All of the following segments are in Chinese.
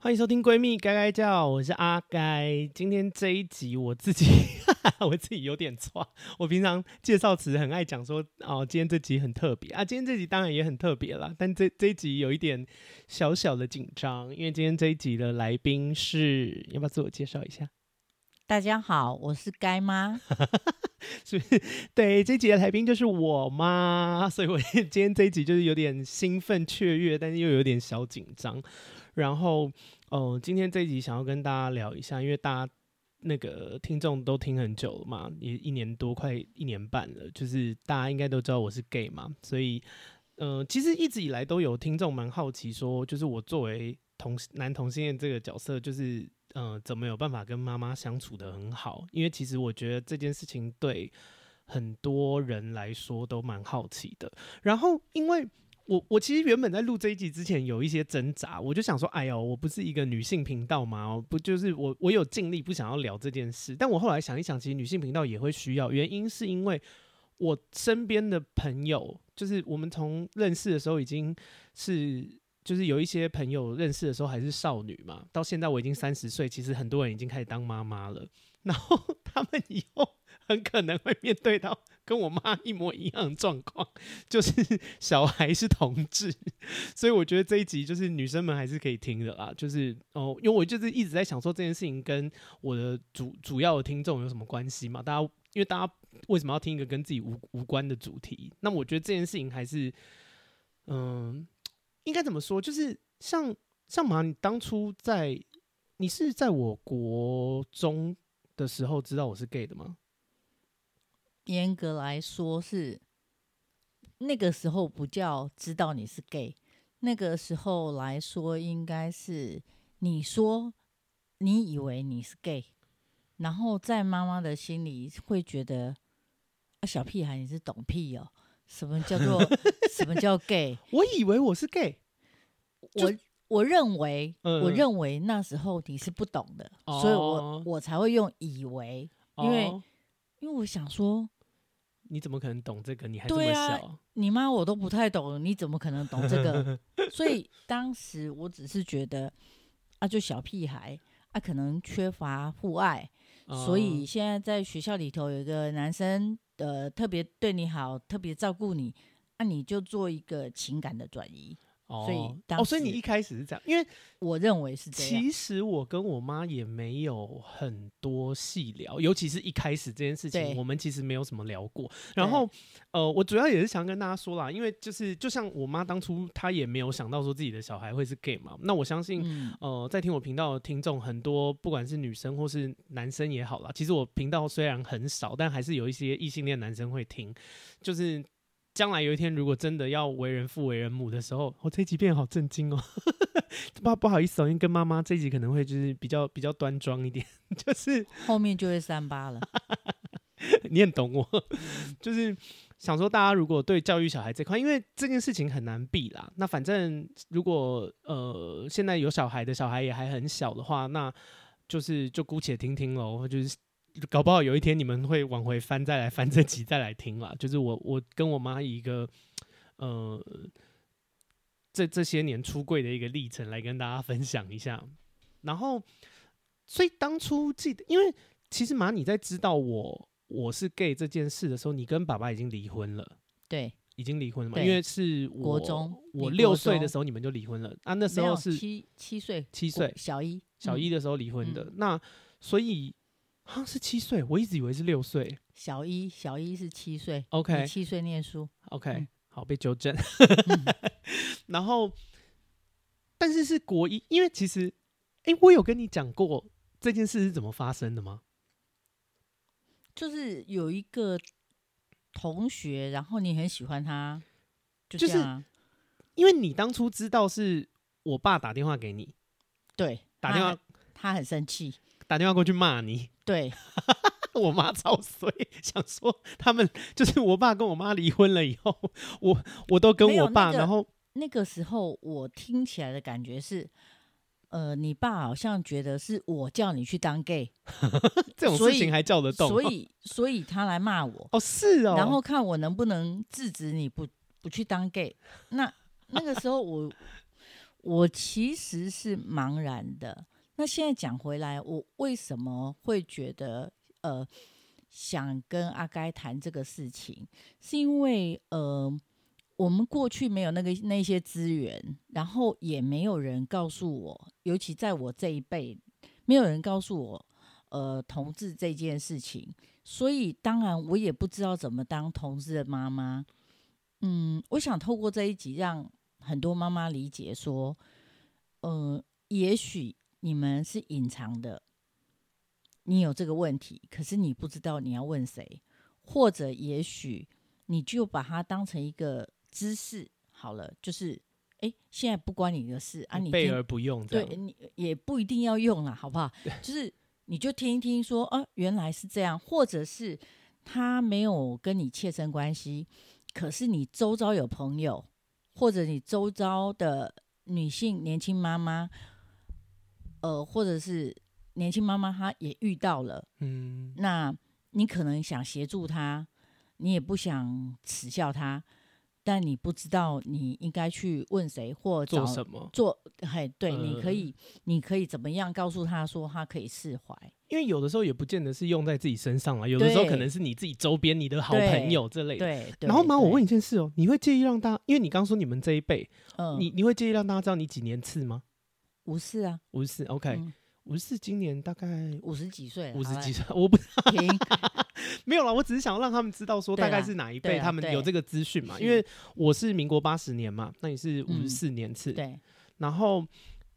欢迎收听闺蜜该该叫，我是阿该。今天这一集我自己我自己有点错，我平常介绍词很爱讲说今天这集很特别啊，今天这集当然也很特别啦，但这一集有一点小小的紧张，因为今天这一集的来宾是，要不要自我介绍一下？ 大家好，我是该妈。 是不是？对，这一集的来宾就是我妈，所以我今天这一集就是有点兴奋雀跃，但是又有点小紧张。然后，今天这一集想要跟大家聊一下，因为大家那个听众都听很久了嘛，也1年多，快1年半了，就是大家应该都知道我是 gay 嘛，所以，其实一直以来都有听众蛮好奇说，就是我作为男同性恋这个角色，就是怎么有办法跟妈妈相处得很好？因为其实我觉得这件事情对很多人来说都蛮好奇的。然后，因为我其实原本在录这一集之前有一些挣扎，我就想说，哎呦，我不是一个女性频道吗？不就是我有尽力不想要聊这件事，但我后来想一想，其实女性频道也会需要，原因是因为我身边的朋友，就是我们从认识的时候已经是。就是有一些朋友认识的时候还是少女嘛，到现在我已经30岁，其实很多人已经开始当妈妈了，然后他们以后很可能会面对到跟我妈一模一样的状况，就是小孩是同志，所以我觉得这一集就是女生们还是可以听的啦，就是因为我就是一直在想说这件事情跟我的主要的听众有什么关系嘛？因为大家为什么要听一个跟自己无关的主题？那我觉得这件事情还是应该怎么说？就是像马，你当初你是在我国中的时候知道我是 gay 的吗？ 严格来说是那个时候不叫知道你是 gay， 那个时候来说应该是你说你以为你是 gay， 然后在妈妈的心里会觉得小屁孩你是懂屁哦，什么叫 gay？ 我以为我是 gay， 我认为那时候你是不懂的，所以我才会用以为，因为我想说， 你怎么可能懂这个？你还这么小， 对啊，你妈我都不太懂，你怎么可能懂这个？所以当时我只是觉得就小屁孩可能缺乏父爱，所以现在在学校里头有一个男生特别对你好，特别照顾你，你就做一个情感的转移。所以你一开始是这样，因为我认为是这样。 其实我跟我妈也没有很多细聊，尤其是一开始这件事情，我们其实没有什么聊过。然后，我主要也是想跟大家说啦，因为就像我妈当初她也没有想到说自己的小孩会是 gay 嘛。那我相信，在听我频道的听众很多，不管是女生或是男生也好啦，其实我频道虽然很少，但还是有一些异性恋男生会听，就是。将来有一天，如果真的要为人父为人母的时候，这一集变得好震惊哦！不好意思因为跟妈妈这一集可能会就是比较端庄一点，就是后面就会38了。 你很懂我，就是想说大家如果对教育小孩这块，因为这件事情很难避啦。那反正如果现在有小孩的小孩也还很小的话，那就姑且听听咯，就是。搞不好有一天你们会往回翻，再来翻这集再来听啦。就是我跟我妈以一个这些年出柜的一个历程来跟大家分享一下。然后，所以当初记得，因为其实妈你在知道我是 gay 这件事的时候，你跟爸爸已经离婚了。 对， 已经离婚了嘛？因为是国中， 我6岁的时候你们就离婚了啊。那时候是 7岁 ，7岁小一的时候离婚的。那所以。好像是7岁，我一直以为是6岁。 小一是7岁 ，OK， 7岁念书 ，OK，好，被纠正。然后，但是国一，因为其实，我有跟你讲过这件事是怎么发生的吗？ 就是有一个同学，然后你很喜欢他，就是因为你当初知道是我爸打电话给你， 对， 打电话， 他很生气。 打电话过去骂你， 对， 我妈超衰，想说他们就是我爸跟我妈离婚了以后，我都跟我爸，然后那个时候我听起来的感觉是，你爸好像觉得是我叫你去当 gay， 这种事情还叫得动， 所以他来骂我， 是哦， 然后看我能不能制止你不去当 gay。那个时候我其实是茫然的。那现在讲回来，我为什么会觉得想跟阿该谈这个事情，是因为我们过去没有那些资源，然后也没有人告诉我，尤其在我这一辈，没有人告诉我同志这件事情，所以当然我也不知道怎么当同志的妈妈。我想透过这一集让很多妈妈理解说，也许你们是隐藏的，你有这个问题，可是你不知道你要问谁，或者也许你就把它当成一个知识好了，就是现在不关你的事啊，你备而不用这样， 对，你也不一定要用啦，好不好？就是你就听一听说，原来是这样，或者是他没有跟你切身关系，可是你周遭有朋友，或者你周遭的女性年轻妈妈，或者是年轻妈妈她也遇到了，那你可能想协助她，你也不想耻笑她，但你不知道你应该去问谁或做什么， 对，你可以怎么样告诉她说她可以释怀， 因为有的时候也不见得是用在自己身上啊，有的时候可能是你自己周边你的好朋友之类的。 对。 然后妈，我问一件事哦，你会介意让大家，因为你刚说你们这一辈，你会介意让大家知道你几年次吗 ？54啊 ，54 ，OK。54今年大概 50几岁了 ，50几岁，我不知道停没有啦，我只是想要让他们知道说大概是哪一辈，他们有这个资讯嘛。因为我是民国80年嘛，那你是54年次， 对。 然后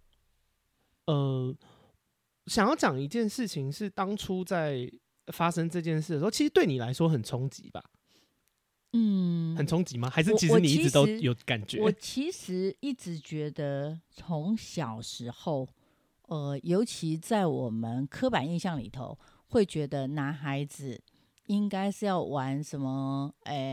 想要讲一件事情是，当初在发生这件事的时候，其实对你来说很冲击吧？很冲击吗？还是其实你一直都有感觉？ 我其实一直觉得，从小时候，尤其在我们刻板印象里头，会觉得男孩子应该是要玩什么，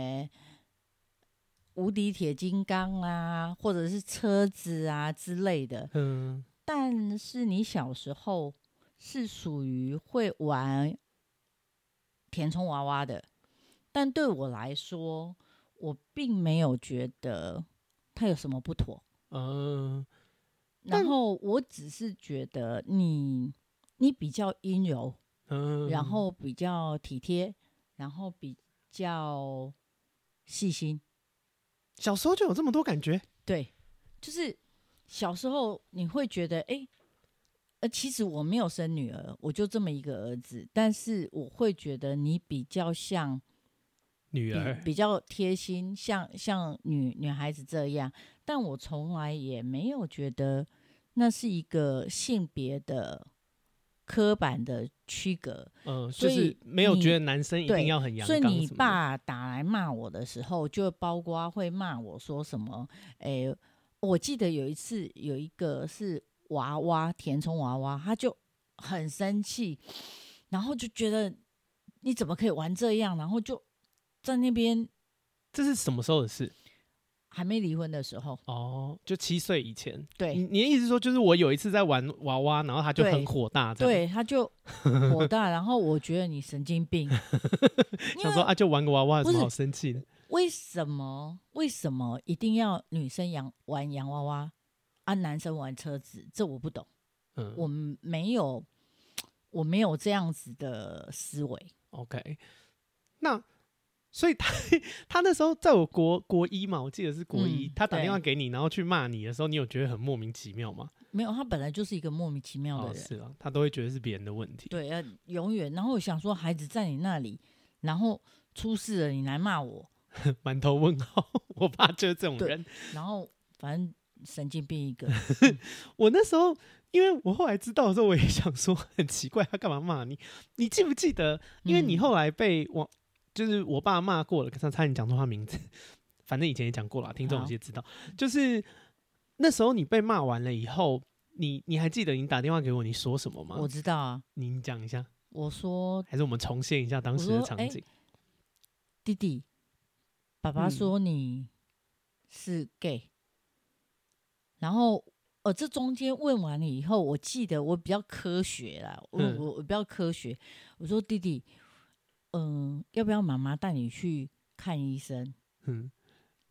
无敌铁金刚啊，或者是车子啊之类的。但是你小时候是属于会玩填充娃娃的，但对我来说，我并没有觉得它有什么不妥。然后我只是觉得你比较阴柔，然后比较体贴，然后比较细心。 小时候就有这么多感觉？ 对，就是小时候你会觉得，其实我没有生女儿，我就这么一个儿子，但是我会觉得你比较像女儿， 比较贴心，像女孩子这样。但我从来也没有觉得那是一个性别的刻板的区隔， 就是没有觉得男生一定要很阳刚。 所以你爸打来骂我的时候，就包括会骂我说什么，我记得有一次有一个是娃娃填充娃娃，他就很生气，然后就觉得你怎么可以玩这样，然后就在那边。 这是什么时候的事？ 还没离婚的时候。 就7岁以前。 对， 你的意思说，就是我有一次在玩娃娃，然后他就很火大， 对，他就火大，然后我觉得你神经病， 想说就玩个娃娃有什么好生气的？ 为什么一定要女生玩洋娃娃啊，男生玩车子？这我不懂。我没有这样子的思维。 OK， 那。所以他那时候在我国一嘛，我记得是国一，他打电话给你，然后去骂你的时候，你有觉得很莫名其妙吗？ 没有，他本来就是一个莫名其妙的人。 是啊，他都会觉得是别人的问题。 对，永远。然后我想说，孩子在你那里，然后出事了，你来骂我， 满头问号。我爸就是这种人。 然后反正神经病一个。 我那时候，因为我后来知道的时候，我也想说很奇怪，他干嘛骂你？你记不记得？因为你后来被就是我爸骂过了，差点讲错他名字，反正以前也讲过了，听众有些知道。就是那时候你被骂完了以后，你还记得你打电话给我，你说什么吗？ 我知道啊， 你讲一下。 我说， 还是我们重现一下当时的场景。 弟弟，爸爸说你是 gay，然后这中间问完了以后，我记得我比较科学啦，我比较科学，我说弟弟。要不要妈妈带你去看医生？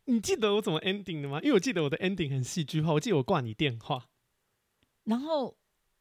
你记得我怎么 ending 的吗？因为我记得我的 ending 很戏剧化，我记得我挂你电话， 然后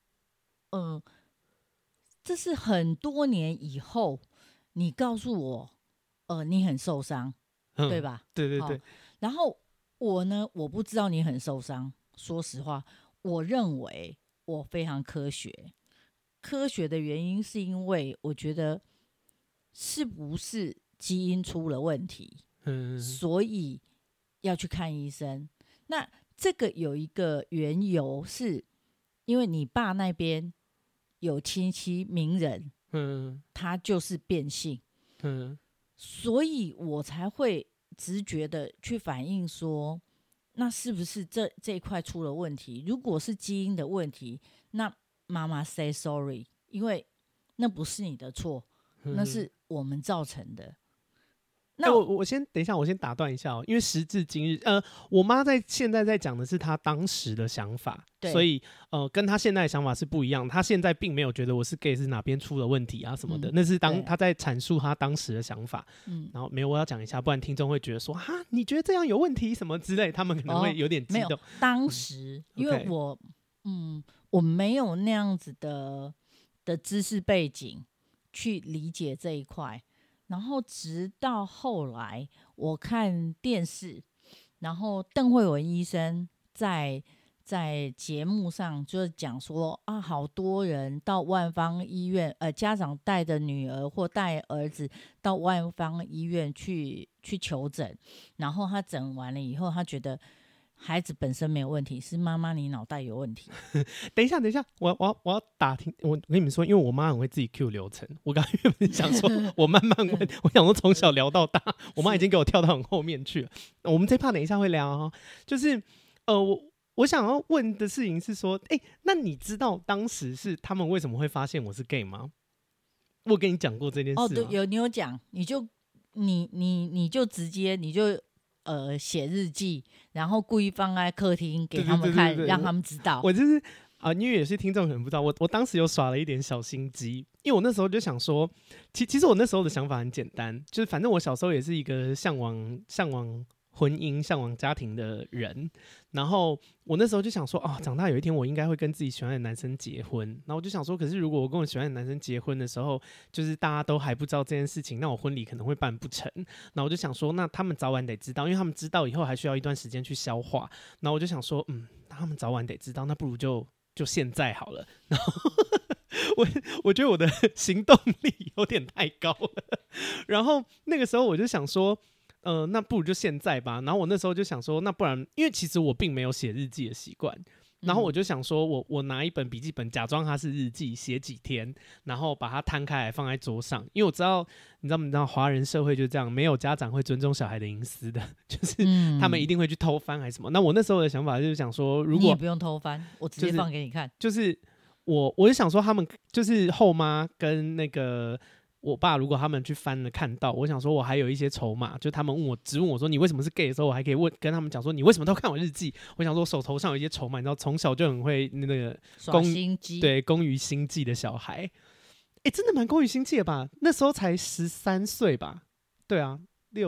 这是很多年以后，你告诉我，你很受伤，对吧？ 对对对。 然后我呢，我不知道你很受伤。说实话，我认为我非常科学。科学的原因是因为我觉得是不是基因出了问题，所以要去看医生。那这个有一个缘由，是因为你爸那边有亲戚名人，他就是变性，所以我才会直觉的去反映说，那是不是这一块出了问题？如果是基因的问题，那妈妈 say sorry， 因为那不是你的错，那是我们造成的。 那我先等一下，我先打断一下因为时至今日，我妈现在在讲的是她当时的想法，所以跟她现在的想法是不一样。她现在并没有觉得我是 gay 是哪边出了问题啊什么的，那是她在阐述她当时的想法。然后没有，我要讲一下，不然听众会觉得说哈，你觉得这样有问题什么之类，他们可能会有点激动。 没有，当时因为我没有那样子的知识背景去理解这一块。然后直到后来我看电视，然后邓惠文医生在节目上就讲说啊，好多人到万芳医院，家长带着女儿或带儿子到万芳医院去求诊，然后他诊完了以后，他觉得孩子本身没有问题，是妈妈你脑袋有问题。 等一下，我要打听，我跟你们说，因为我妈很会自己 Q 流程。我刚刚原本想说，我慢慢问，我想说从小聊到大，我妈已经给我跳到很后面去了。我们这 part 等一下会聊哦，就是我想要问的事情是说，那你知道当时是他们为什么会发现我是 gay 吗？我跟你讲过这件事吗？ 对，你有讲，你就直接你就。写日记，然后故意放在客厅给他们看，让他们知道。 我就是因为有些听众可能不知道，我当时有耍了一点小心机，因为我那时候就想说，其实我那时候的想法很简单，就是反正我小时候也是一个向往婚姻、向往家庭的人，然后我那时候就想说，长大有一天我应该会跟自己喜欢的男生结婚。然后我就想说，可是如果我跟我喜欢的男生结婚的时候，就是大家都还不知道这件事情，那我婚礼可能会办不成。然后我就想说，那他们早晚得知道，因为他们知道以后还需要一段时间去消化。然后我就想说，他们早晚得知道，那不如就现在好了。然后我觉得我的行动力有点太高了。然后那个时候我就想说，那不如就现在吧。然后我那时候就想说，那不然，因为其实我并没有写日记的习惯。然后我就想说，我拿一本笔记本，假装它是日记，写几天，然后把它摊开来放在桌上。因为我知道，你知道，华人社会就这样，没有家长会尊重小孩的隐私的，就是他们一定会去偷翻还是什么。那我那时候的想法就是想说，如果你也不用偷翻，我直接放给你看。 就是我就想说，他们就是后妈跟那个。我爸如果他们去翻了看到，我想说我还有一些筹码，就他们质问我说你为什么是 gay 的时候，我还可以跟他们讲说你为什么都看我日记。我想说我手头上有一些筹码，你知道从小就很会那个耍心机， 对，工于心计的小孩，真的蛮工于心计的吧？那时候才13岁吧？对啊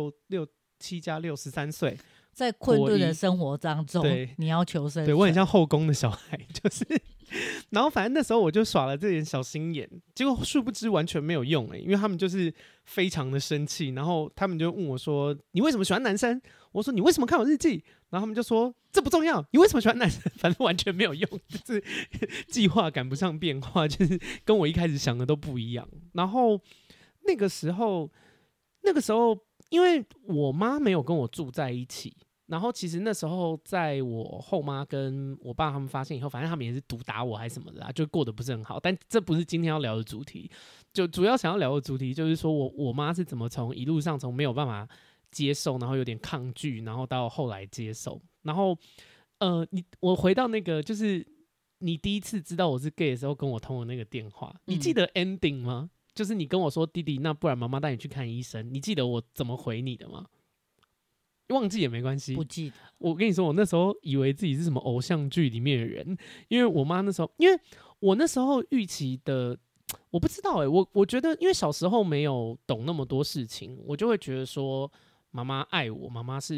，7加6 13岁， 在困顿的生活当中，你要求生存。 对，我很像后宫的小孩，就是。然后反正那时候我就耍了这点小心眼，结果殊不知完全没有用因为他们就是非常的生气，然后他们就问我说你为什么喜欢男生？我说你为什么看我日记？然后他们就说这不重要，你为什么喜欢男生？反正完全没有用，就是计划赶不上变化，就是跟我一开始想的都不一样。然后那个时候因为我妈没有跟我住在一起，然后其实那时候在我后妈跟我爸他们发现以后，反正他们也是毒打我还是什么的就过得不是很好。但这不是今天要聊的主题，就主要想要聊的主题就是说我妈是怎么一路上从没有办法接受，然后有点抗拒，然后到后来接受。然后我回到那个就是你第一次知道我是 gay 的时候跟我通的那个电话，你记得 ending 吗？就是你跟我说弟弟，那不然妈妈带你去看医生，你记得我怎么回你的吗？忘记也没关系， 不记得。 我跟你说，我那时候以为自己是什么偶像剧里面的人，因为我妈那时候，因为我那时候预期的，我不知道我觉得，因为小时候没有懂那么多事情，我就会觉得说，妈妈爱我，妈妈是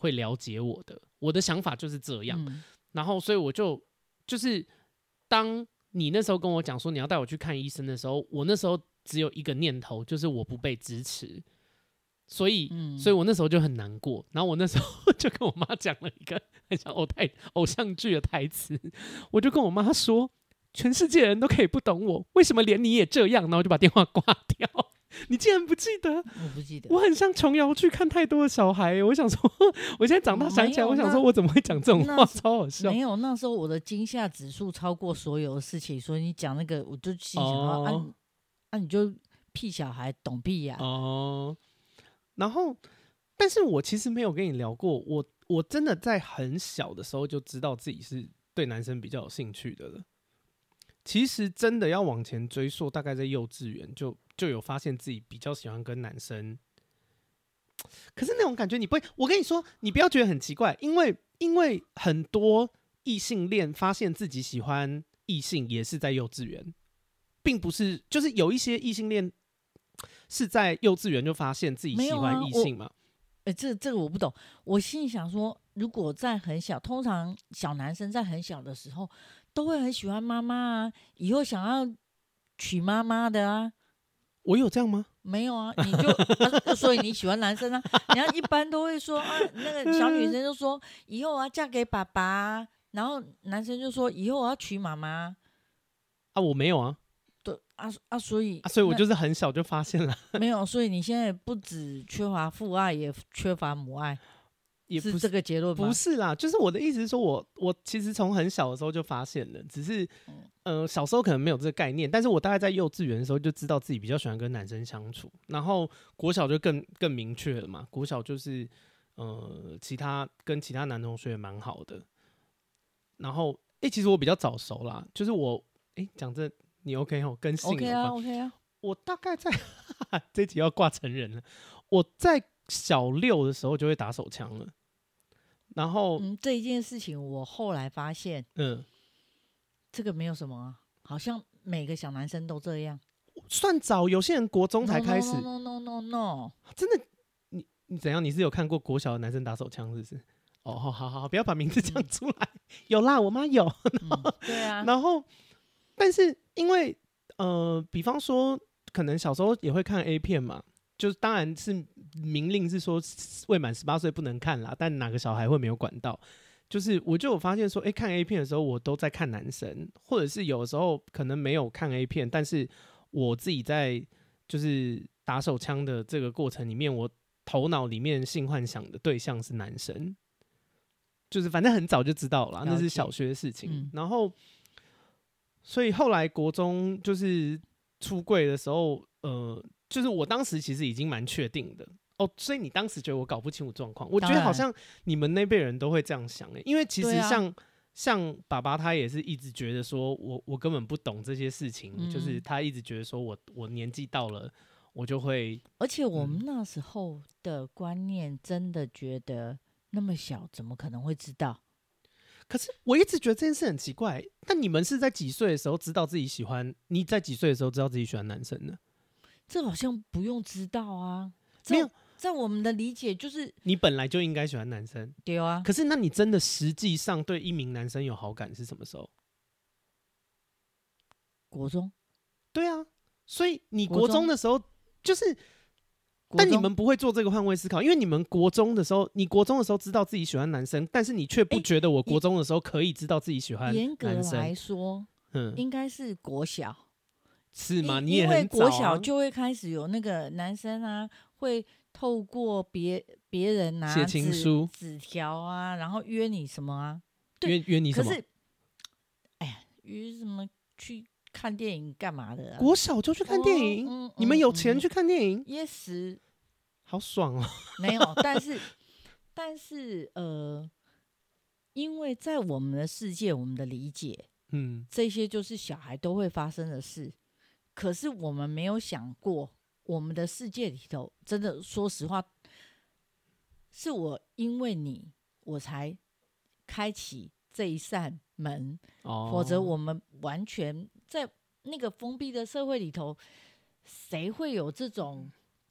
会了解我的，我的想法就是这样。然后，所以我就是当你那时候跟我讲说你要带我去看医生的时候，我那时候只有一个念头，就是我不被支持。所以我那时候就很难过，然后我那时候就跟我妈讲了一个很像偶像剧的台词，我就跟我妈说，全世界人都可以不懂我，为什么连你也这样？然后我就把电话挂掉。你竟然不记得？ 我不记得。 我很像琼瑶剧看太多的小孩，我想说，我现在长大想起来，我想说我怎么会讲这种话，超好笑。 没有，那时候我的惊吓指数超过所有的事情，所以你讲那个，我就心想到，你就屁小孩懂屁呀。 然后，但是我其实没有跟你聊过，我真的在很小的时候就知道自己是对男生比较有兴趣的了。其实真的要往前追溯，大概在幼稚园就有发现自己比较喜欢跟男生。可是那种感觉你不会，我跟你说，你不要觉得很奇怪，因为很多异性恋发现自己喜欢异性也是在幼稚园，并不是就是有一些异性恋是在幼稚园就发现自己喜欢异性嘛？ 这个我不懂。我心里想说，如果在很小，通常小男生在很小的时候都会很喜欢妈妈啊，以后想要娶妈妈的啊。 我有这样吗？ 没有啊，你就所以你喜欢男生啊？人家一般都会说啊，那个小女生就说以后我要嫁给爸爸，然后男生就说以后我要娶妈妈。 我没有啊。 对所以我就是很小就发现了。 没有，所以你现在不只缺乏父爱，也缺乏母爱， 也不是这个结论吗？ 不是啦，就是我的意思是说我其实从很小的时候就发现了，只是小时候可能没有这个概念，但是我大概在幼稚园的时候就知道自己比较喜欢跟男生相处，然后国小就更明确了嘛，国小就是跟其他男同学也蛮好的，然后其实我比较早熟啦，就是我讲这你 OK 哦，跟性有关 OK 啊， 我大概在这集要挂成人了，我在小6的时候就会打手枪了。然后这一件事情我后来发现，这个没有什么啊，好像每个小男生都这样， 算早，有些人国中才开始。 No， 真的，你怎样？你是有看过国小的男生打手枪是不是？好，不要把名字讲出来。有啦，我妈有。 对啊。 然后，但是因为比方说，可能小时候也会看 A 片嘛，就是当然是明令是说未满18岁不能看啦，但哪个小孩会没有管到？就是我就有发现说，看 A 片的时候，我都在看男生，或者是有的时候可能没有看 A 片，但是我自己在就是打手枪的这个过程里面，我头脑里面性幻想的对象是男生，就是反正很早就知道了，那是小学的事情。然后，所以后来国中就是出柜的时候，就是我当时其实已经蛮确定的。所以你当时觉得我搞不清楚状况？我觉得好像你们那辈人都会这样想因为其实像爸爸他也是一直觉得说我根本不懂这些事情，就是他一直觉得说我年纪到了我就会， 而且我们那时候的观念真的觉得那么小怎么可能会知道？ 可是我一直觉得这件事很奇怪。但你们是在几岁的时候知道自己喜欢？你在几岁的时候知道自己喜欢男生呢？ 这好像不用知道啊， 没有。 在我们的理解就是你本来就应该喜欢男生， 对啊。 可是那你真的实际上对一名男生有好感是什么时候？ 国中。 对啊，所以你国中的时候就是，但你们不会做这个换位思考，因为你们国中的时候，你国中的时候知道自己喜欢男生，但是你却不觉得我国中的时候可以知道自己喜欢男生。 严格来说，应该是国小。 是吗？你也很早因为国小就会开始有那个男生啊，会透过别人拿写情书、 纸条啊，然后约你什么啊？ 约你什么？ 可是，约什么去看电影干嘛的国小就去看电影？你们有钱去看电影 ？Yes， 好爽哦！ 没有，但是因为在我们的世界，我们的理解，这些就是小孩都会发生的事。可是我们没有想过，我们的世界里头，真的说实话，是我因为你，我才开启这一扇门。否则我们完全在那个封闭的社会里头，谁会有这种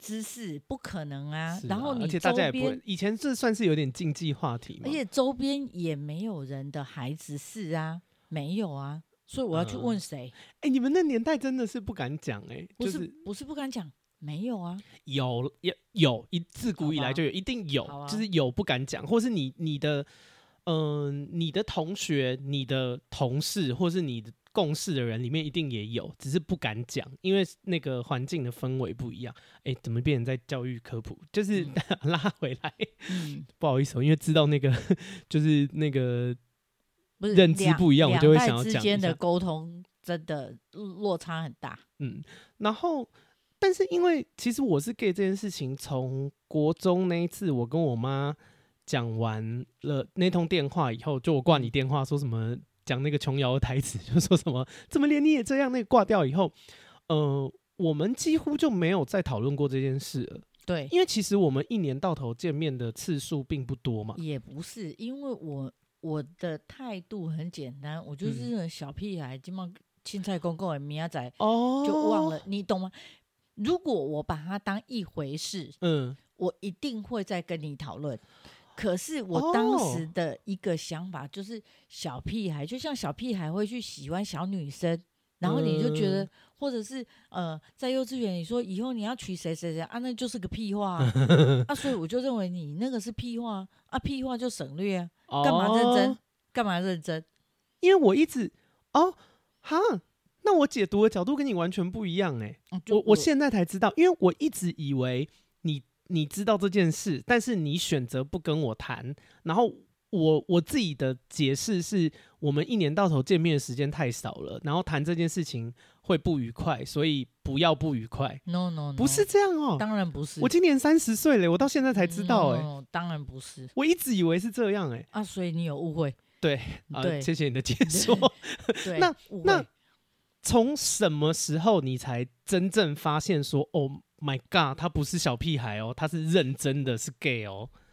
姿势，不可能啊。 是然后你而且大家也周边， 不会，以前这算是有点禁忌话题嘛。 而且周边也没有人的孩子是啊，没有啊，所以我要去问谁？ 你们那年代真的是不敢讲不就是不是不敢讲，没有啊。 有自古以来就有，一定有，就是有不敢讲，或是你的同学、你的同事，或是你的共事的人里面一定也有，只是不敢讲，因为那个环境的氛围不一样。怎么变成在教育科普？就是拉回来，不好意思因为知道那个就是那个不是认知不一样，我就会想要讲一下。 两代之间的沟通真的落差很大。 然后。但是因为其实我是 gay 这件事情，从国中那一次我跟我妈讲完了那通电话以后，就我挂你电话说什么讲那个琼瑶的台词，就说什么怎么连你也这样，那个挂掉以后，我们几乎就没有再讨论过这件事了。 对， 因为其实我们一年到头见面的次数并不多嘛。 也不是，因为我的态度很简单，我就是那种小屁孩，今晚青菜公公的明仔载就忘了，你懂吗？如果我把它当一回事，我一定会再跟你讨论。可是我当时的一个想法就是小屁孩，就像小屁孩会去喜欢小女生，然后你就觉得，或者是在幼稚园你说以后你要娶谁谁谁啊，那就是个屁话啊，所以我就认为你那个是屁话啊，屁话就省略啊，干嘛认真？干嘛认真？ 因为我一直那我解读的角度跟你完全不一样我现在才知道，因为我一直以为你知道这件事，但是你选择不跟我谈，然后我自己的解释是我们一年到头见面的时间太少了，然后谈这件事情会不愉快，所以不要不愉快。 No， 不是这样当然不是。 我今年30岁了，我到现在才知道 No， 当然不是。 我一直以为是这样所以你有误会。 对谢谢你的解说。 对， 那从什么时候你才真正发现说 ，Oh my God， 他不是小屁孩他是认真的，是 gay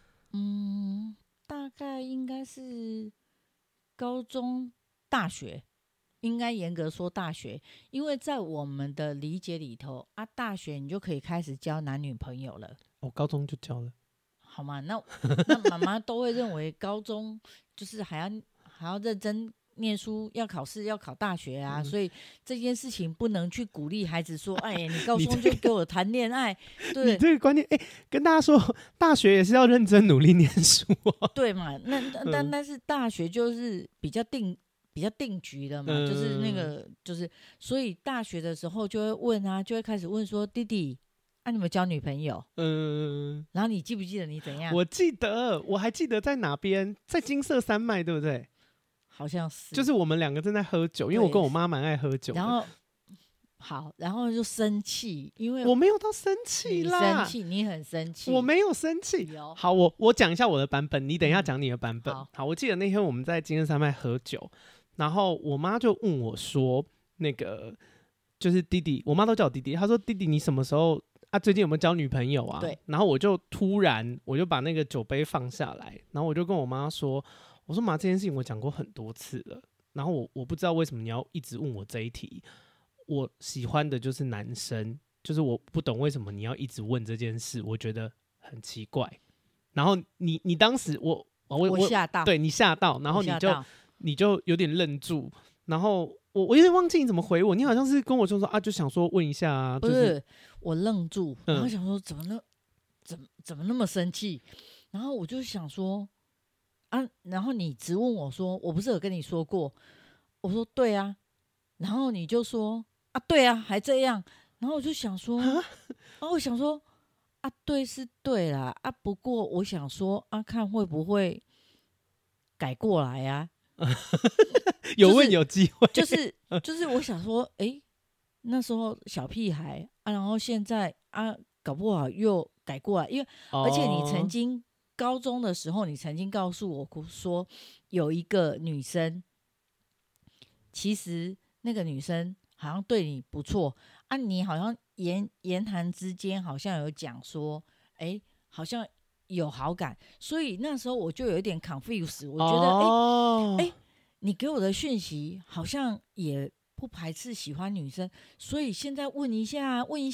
大概应该是高中、大学，应该严格说大学，因为在我们的理解里头大学你就可以开始交男女朋友了。 高中就交了， 好吗？那妈妈都会认为高中就是还要认真念书，要考试，要考大学啊，所以这件事情不能去鼓励孩子说，你高中就给我谈恋爱，对， 你这个观念，跟大家说，大学也是要认真努力念书对嘛？但是大学就是比较定局的嘛，就是那个所以大学的时候就会问就会开始问说，弟弟，你有没有交女朋友？然后你记不记得你怎样？ 我记得，我还记得在哪边，在金色山脉，对不对？ 好像是， 就是我们两个正在喝酒，因为我跟我妈蛮爱喝酒的。 然后就生气，因为我没有到生气啦， 你很生气， 我没有生气。好，我讲一下我的版本，你等一下讲你的版本。好，我记得那天我们在金色山脉喝酒，然后我妈就问我说，那个就是弟弟，我妈都叫我弟弟，她说弟弟你什么时候最近有没有交女朋友啊？ 对， 然后我就突然把那个酒杯放下来，然后我就跟我妈说，我说妈，这件事情我讲过很多次了，然后我不知道为什么你要一直问我这一题，我喜欢的就是男生，就是我不懂为什么你要一直问这件事，我觉得很奇怪。然后你当时我吓到， 对你吓到，然后你就有点愣住，然后我有点忘记你怎么回我，你好像是跟我说就想说问一下啊， 不是我愣住，然后想说怎么那么生气，然后我就想说然后你直问我说，我不是有跟你说过？我说对啊，然后你就说对啊，还这样，然后我就想说我想说对是对啦不过我想说看会不会改过来啊有问有机会， 就是我想说那时候小屁孩然后现在搞不好又改过来，因为而且你曾经高中的时候，你曾经告诉我说有一个女生，其实那个女生好像对你不错你好像言谈之间好像有讲说好像有好感，所以那时候我就有一点 confuse， 我觉得你给我的讯息好像也不排斥喜欢女生，所以现在问一下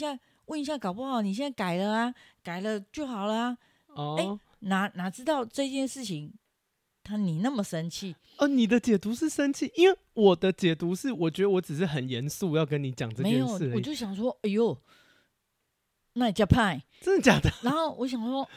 问一下，搞不好你现在改了啊，改了就好了啊。 哦， 哪知道这件事情，你那么生气？ 你的解读是生气，因为我的解读是，我觉得我只是很严肃要跟你讲这没有， 件事而已。 我就想说，哎呦，那你叫派？ 真的假的？ 然后我想说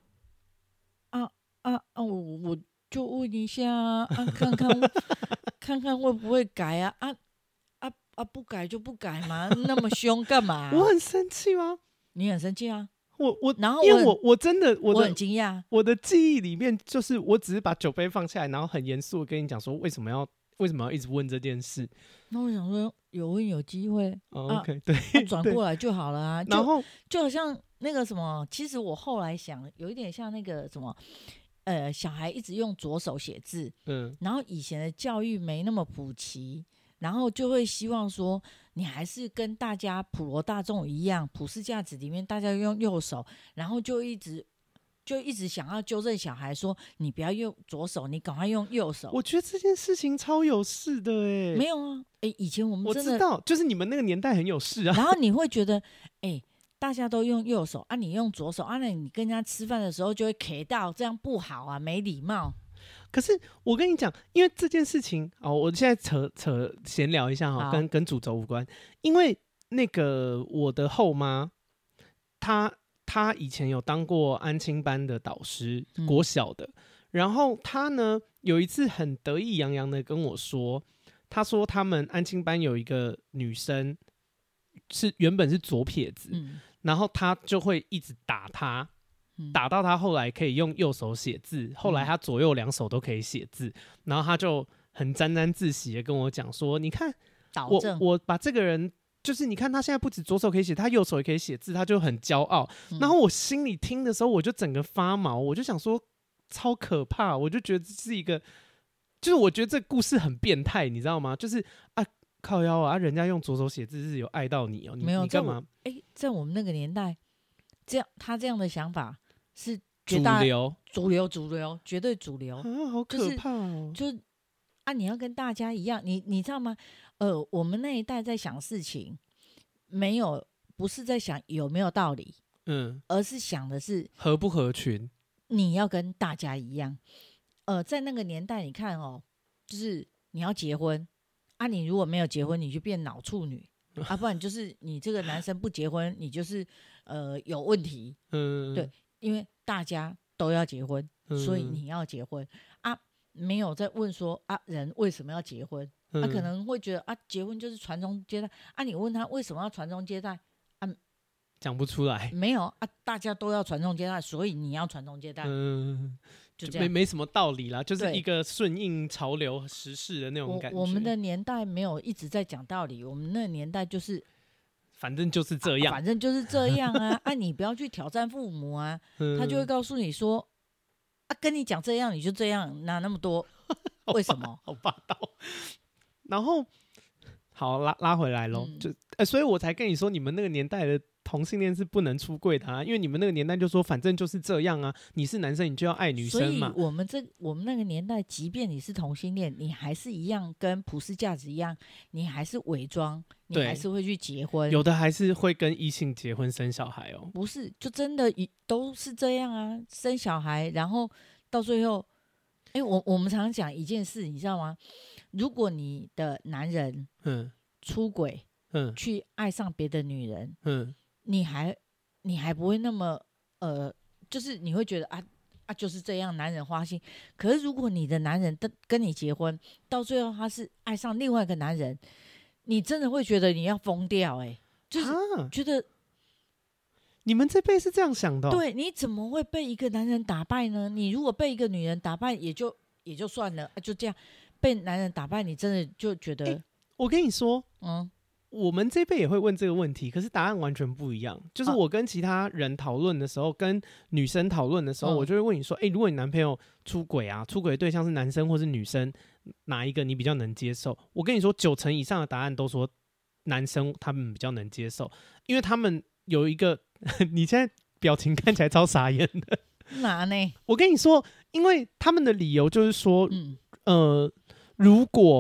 我就问一下看看会不会改不改就不改嘛，那么凶干嘛？ 我很生气吗？ 你很生气啊？ 然后因为我真的我很惊讶， 我的记忆里面就是我只是把酒杯放下来，然后很严肃的跟你讲说为什么要一直问这件事。 那我想说有问有机会 ，OK， 对， 转过来就好了啊。 然后就好像那个什么，其实我后来想，有一点像那个什么，小孩一直用左手写字，然后以前的教育没那么普及，然后就会希望说，你还是跟大家普罗大众一样，普世价值里面大家用右手，然后就一直想要纠正小孩说，你不要用左手，你赶快用右手。 我觉得这件事情超有事的没有啊，以前我们真的我知道，就是你们那个年代很有事啊。 然后你会觉得，大家都用右手啊，你用左手啊，那你跟人家吃饭的时候就会 K 到，这样不好啊，没礼貌。 可是我跟你讲，因为这件事情我现在扯闲聊一下跟主轴无关。因为那个我的后妈，她以前有当过安亲班的导师，国小的。然后她呢有一次很得意洋洋的跟我说，她说他们安亲班有一个女生原本是左撇子，然后她就会一直打她。打到他后来可以用右手写字，后来他左右两手都可以写字，然后他就很沾沾自喜的跟我讲说：“你看，我把这个人，就是你看他现在不止左手可以写，他右手也可以写字，他就很骄傲。”然后我心里听的时候，我就整个发毛，我就想说超可怕，我就觉得这是一个，就是我觉得这故事很变态，你知道吗？就是靠腰啊，人家用左手写字是有爱到你没有你干嘛？ 在我们那个年代，他这样的想法。是主流， 绝对主流好可怕哦！ 就是你要跟大家一样，你知道吗？我们那一代在想事情，不是在想有没有道理，而是想的是合不合群。 你要跟大家一样，在那个年代，你看就是你要结婚你如果没有结婚，你就变脑处女不然就是你这个男生不结婚，你就是有问题，对。因为大家都要结婚，所以你要结婚没有在问说人为什么要结婚可能会觉得结婚就是传宗接代你问他为什么要传宗接代讲不出来。 没有大家都要传宗接代，所以你要传宗接代，就这样， 没什么道理啦，就是一个顺应潮流时事的那种感觉。 我们的年代没有一直在讲道理，我们那个年代就是反正就是这样， 你不要去挑战父母他就会告诉你说跟你讲这样你就这样，哪那么多为什么？ 好霸道。然后好拉回来咯，所以我才跟你说，你们那个年代的同性恋是不能出柜的因为你们那个年代就说反正就是这样你是男生你就要爱女生嘛。 所以我们那个年代，即便你是同性恋，你还是一样跟普世价值一样，你还是伪装，你还是会去结婚， 有的还是会跟异性结婚生小孩不是就真的都是这样生小孩，然后到最后我们常常讲一件事，你知道吗？如果你的男人出轨去爱上别的女人你还不会那么就是你会觉得就是这样，男人花心。可是如果你的男人跟你结婚，到最后他是爱上另外一个男人，你真的会觉得你要疯掉就是觉得你们这辈是这样想的对，你怎么会被一个男人打败呢？你如果被一个女人打败也就算了就这样，被男人打败你真的就觉得我跟你说我们这辈也会问这个问题，可是答案完全不一样。就是我跟其他人讨论的时候，跟女生讨论的时候，我就会问你说如果你男朋友出轨出轨的对象是男生或是女生，哪一个你比较能接受？我跟你说90%以上的答案都说男生他们比较能接受，因为他们有一个你现在表情看起来超傻眼的哪呢？ 我跟你说，因为他们的理由就是说如果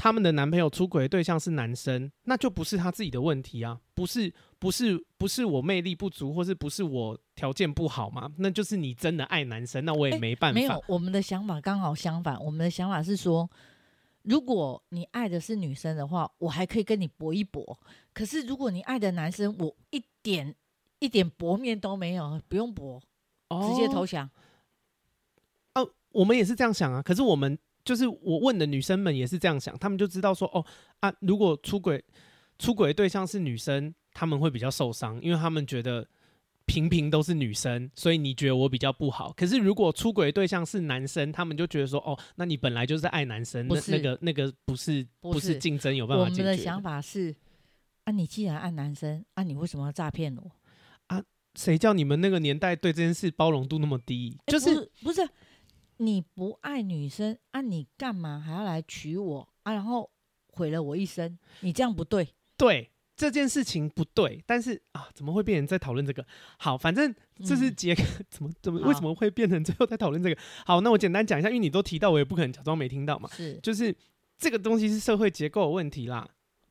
他们的男朋友出轨的对象是男生，那就不是他自己的问题啊，不是我魅力不足，或是不是我条件不好嘛？那就是你真的爱男生，那我也没办法。 没有，我们的想法刚好相反，我们的想法是说，如果你爱的是女生的话，我还可以跟你搏一搏。可是如果你爱的男生，我一点搏面都没有，不用搏，直接投降。 我们也是这样想啊。可是我们就是我问的女生们也是这样想，他们就知道说，如果出轨的对象是女生，他们会比较受伤，因为他们觉得平平都是女生，所以你觉得我比较不好。可是如果出轨的对象是男生，他们就觉得说，那你本来就是爱男生，那个不是竞争有办法解决的。 我们的想法是，你既然爱男生，你为什么要诈骗我？ 谁叫你们那个年代对这件事包容度那么低？就是不是你不爱女生你干嘛还要来娶我然后毁了我一生？你这样不对。 对，这件事情不对，但是怎么会变成在讨论这个？好，反正这是怎么为什么会变成最后在讨论这个？好，那我简单讲一下，因为你都提到，我也不可能假装没听到嘛。就是这个东西是社会结构的问题啦。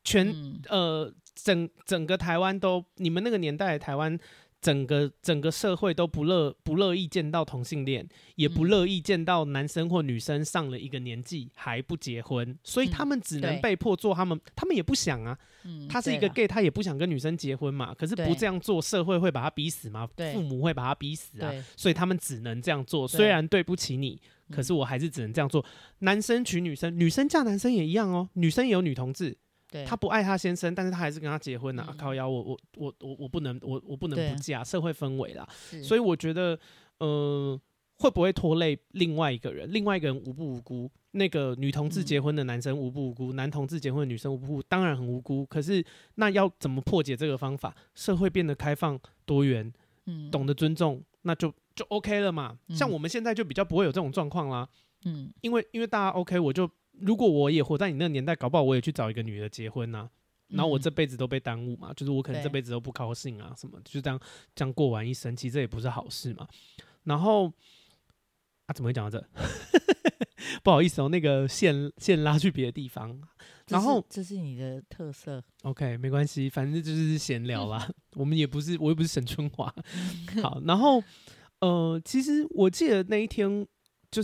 整个台湾都，你们那个年代的台湾。整个社会都不乐意见到同性恋，也不乐意见到男生或女生上了一个年纪还不结婚，所以他们只能被迫做他们也不想啊。他是一个 gay， 他也不想跟女生结婚嘛。可是不这样做，社会会把他逼死吗？父母会把他逼死啊。所以他们只能这样做。虽然对不起你，可是我还是只能这样做。男生娶女生，女生嫁男生也一样哦。女生也有女同志。他不爱他先生，但是他还是跟他结婚了。靠腰，我不能不嫁，社会氛围啦。所以我觉得，会不会拖累另外一个人？另外一个人无不无辜？那个女同志结婚的男生无不无辜？男同志结婚的女生无不无辜？当然很无辜。可是那要怎么破解这个方法？社会变得开放多元，懂得尊重，那就 OK 了嘛。像我们现在就比较不会有这种状况啦。因为大家 OK，如果我也活在你那个年代，搞不好我也去找一个女的结婚啊，然后我这辈子都被耽误嘛，就是我可能这辈子都不高兴啊，什么就这样过完一生，其实这也不是好事嘛。然后怎么会讲到这？不好意思那个线拉去别的地方。然后这是你的特色 ，OK， 没关系，反正就是闲聊啦。我又不是沈春华。好，然后其实我记得那一天就是。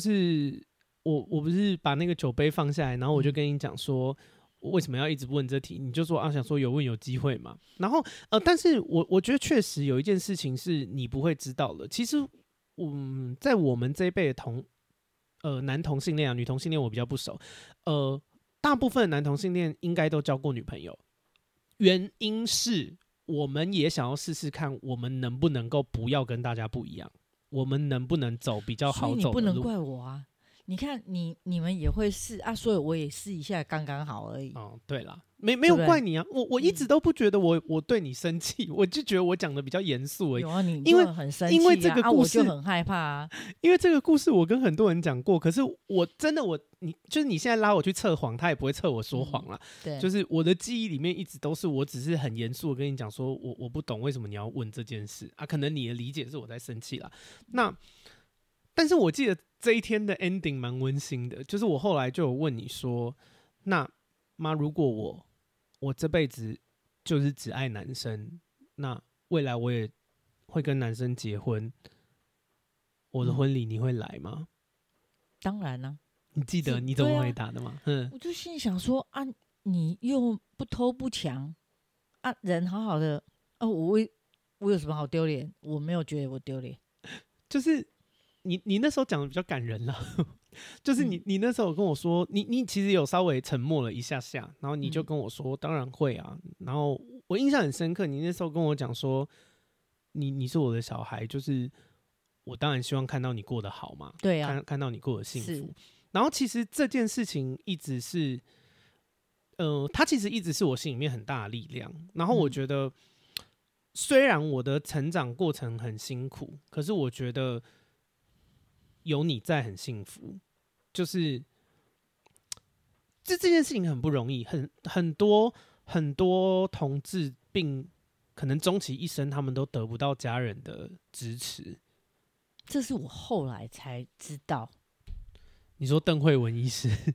我不是把那个酒杯放下来，然后我就跟你讲说，为什么要一直问这题？你就说想说有问有机会嘛。然后但是我觉得确实有一件事情是你不会知道的。其实在我们这一辈的男同性恋女同性恋我比较不熟。大部分的男同性恋应该都交过女朋友，原因是我们也想要试试看，我们能不能够不要跟大家不一样，我们能不能走比较好走的路。 所以你不能怪我啊。你看你们也会试所以我也试一下刚刚好而已。 对啦，没有怪你啊。我一直都不觉得我对你生气，我就觉得我讲的比较严肃而已。 有啊，你就很生气因为这个故事我就很害怕啊。 因为这个故事我跟很多人讲过，可是我真的就是你现在拉我去测谎，他也不会测我说谎啦。 对， 就是我的记忆里面一直都是我只是很严肃的跟你讲说，我不懂为什么你要问这件事啊。可能你的理解是我在生气啦。但是我记得这一天的 ending 蛮温馨的，就是我后来就有问你说，那妈，如果我这辈子就是只爱男生，那未来我也会跟男生结婚，我的婚礼你会来吗？ 当然啦。 你记得你怎么回答的吗？ 我就心里想说你又不偷不抢人好好的我有什么好丢脸？我没有觉得我丢脸。 就是你那时候讲的比较感人了。就是你那时候跟我说，你其实有稍微沉默了一下下，然后你就跟我说，当然会啊。然后我印象很深刻，你那时候跟我讲说，你是我的小孩，就是我当然希望看到你过得好嘛， 对啊， 看到你过得幸福。然后其实这件事情一直是，它其实一直是我心里面很大的力量。然后我觉得，虽然我的成长过程很辛苦，可是我觉得有你在很幸福。就是这件事情很不容易，很多同志病可能终其一生他们都得不到家人的支持。 这是我后来才知道。 你说邓惠文医师？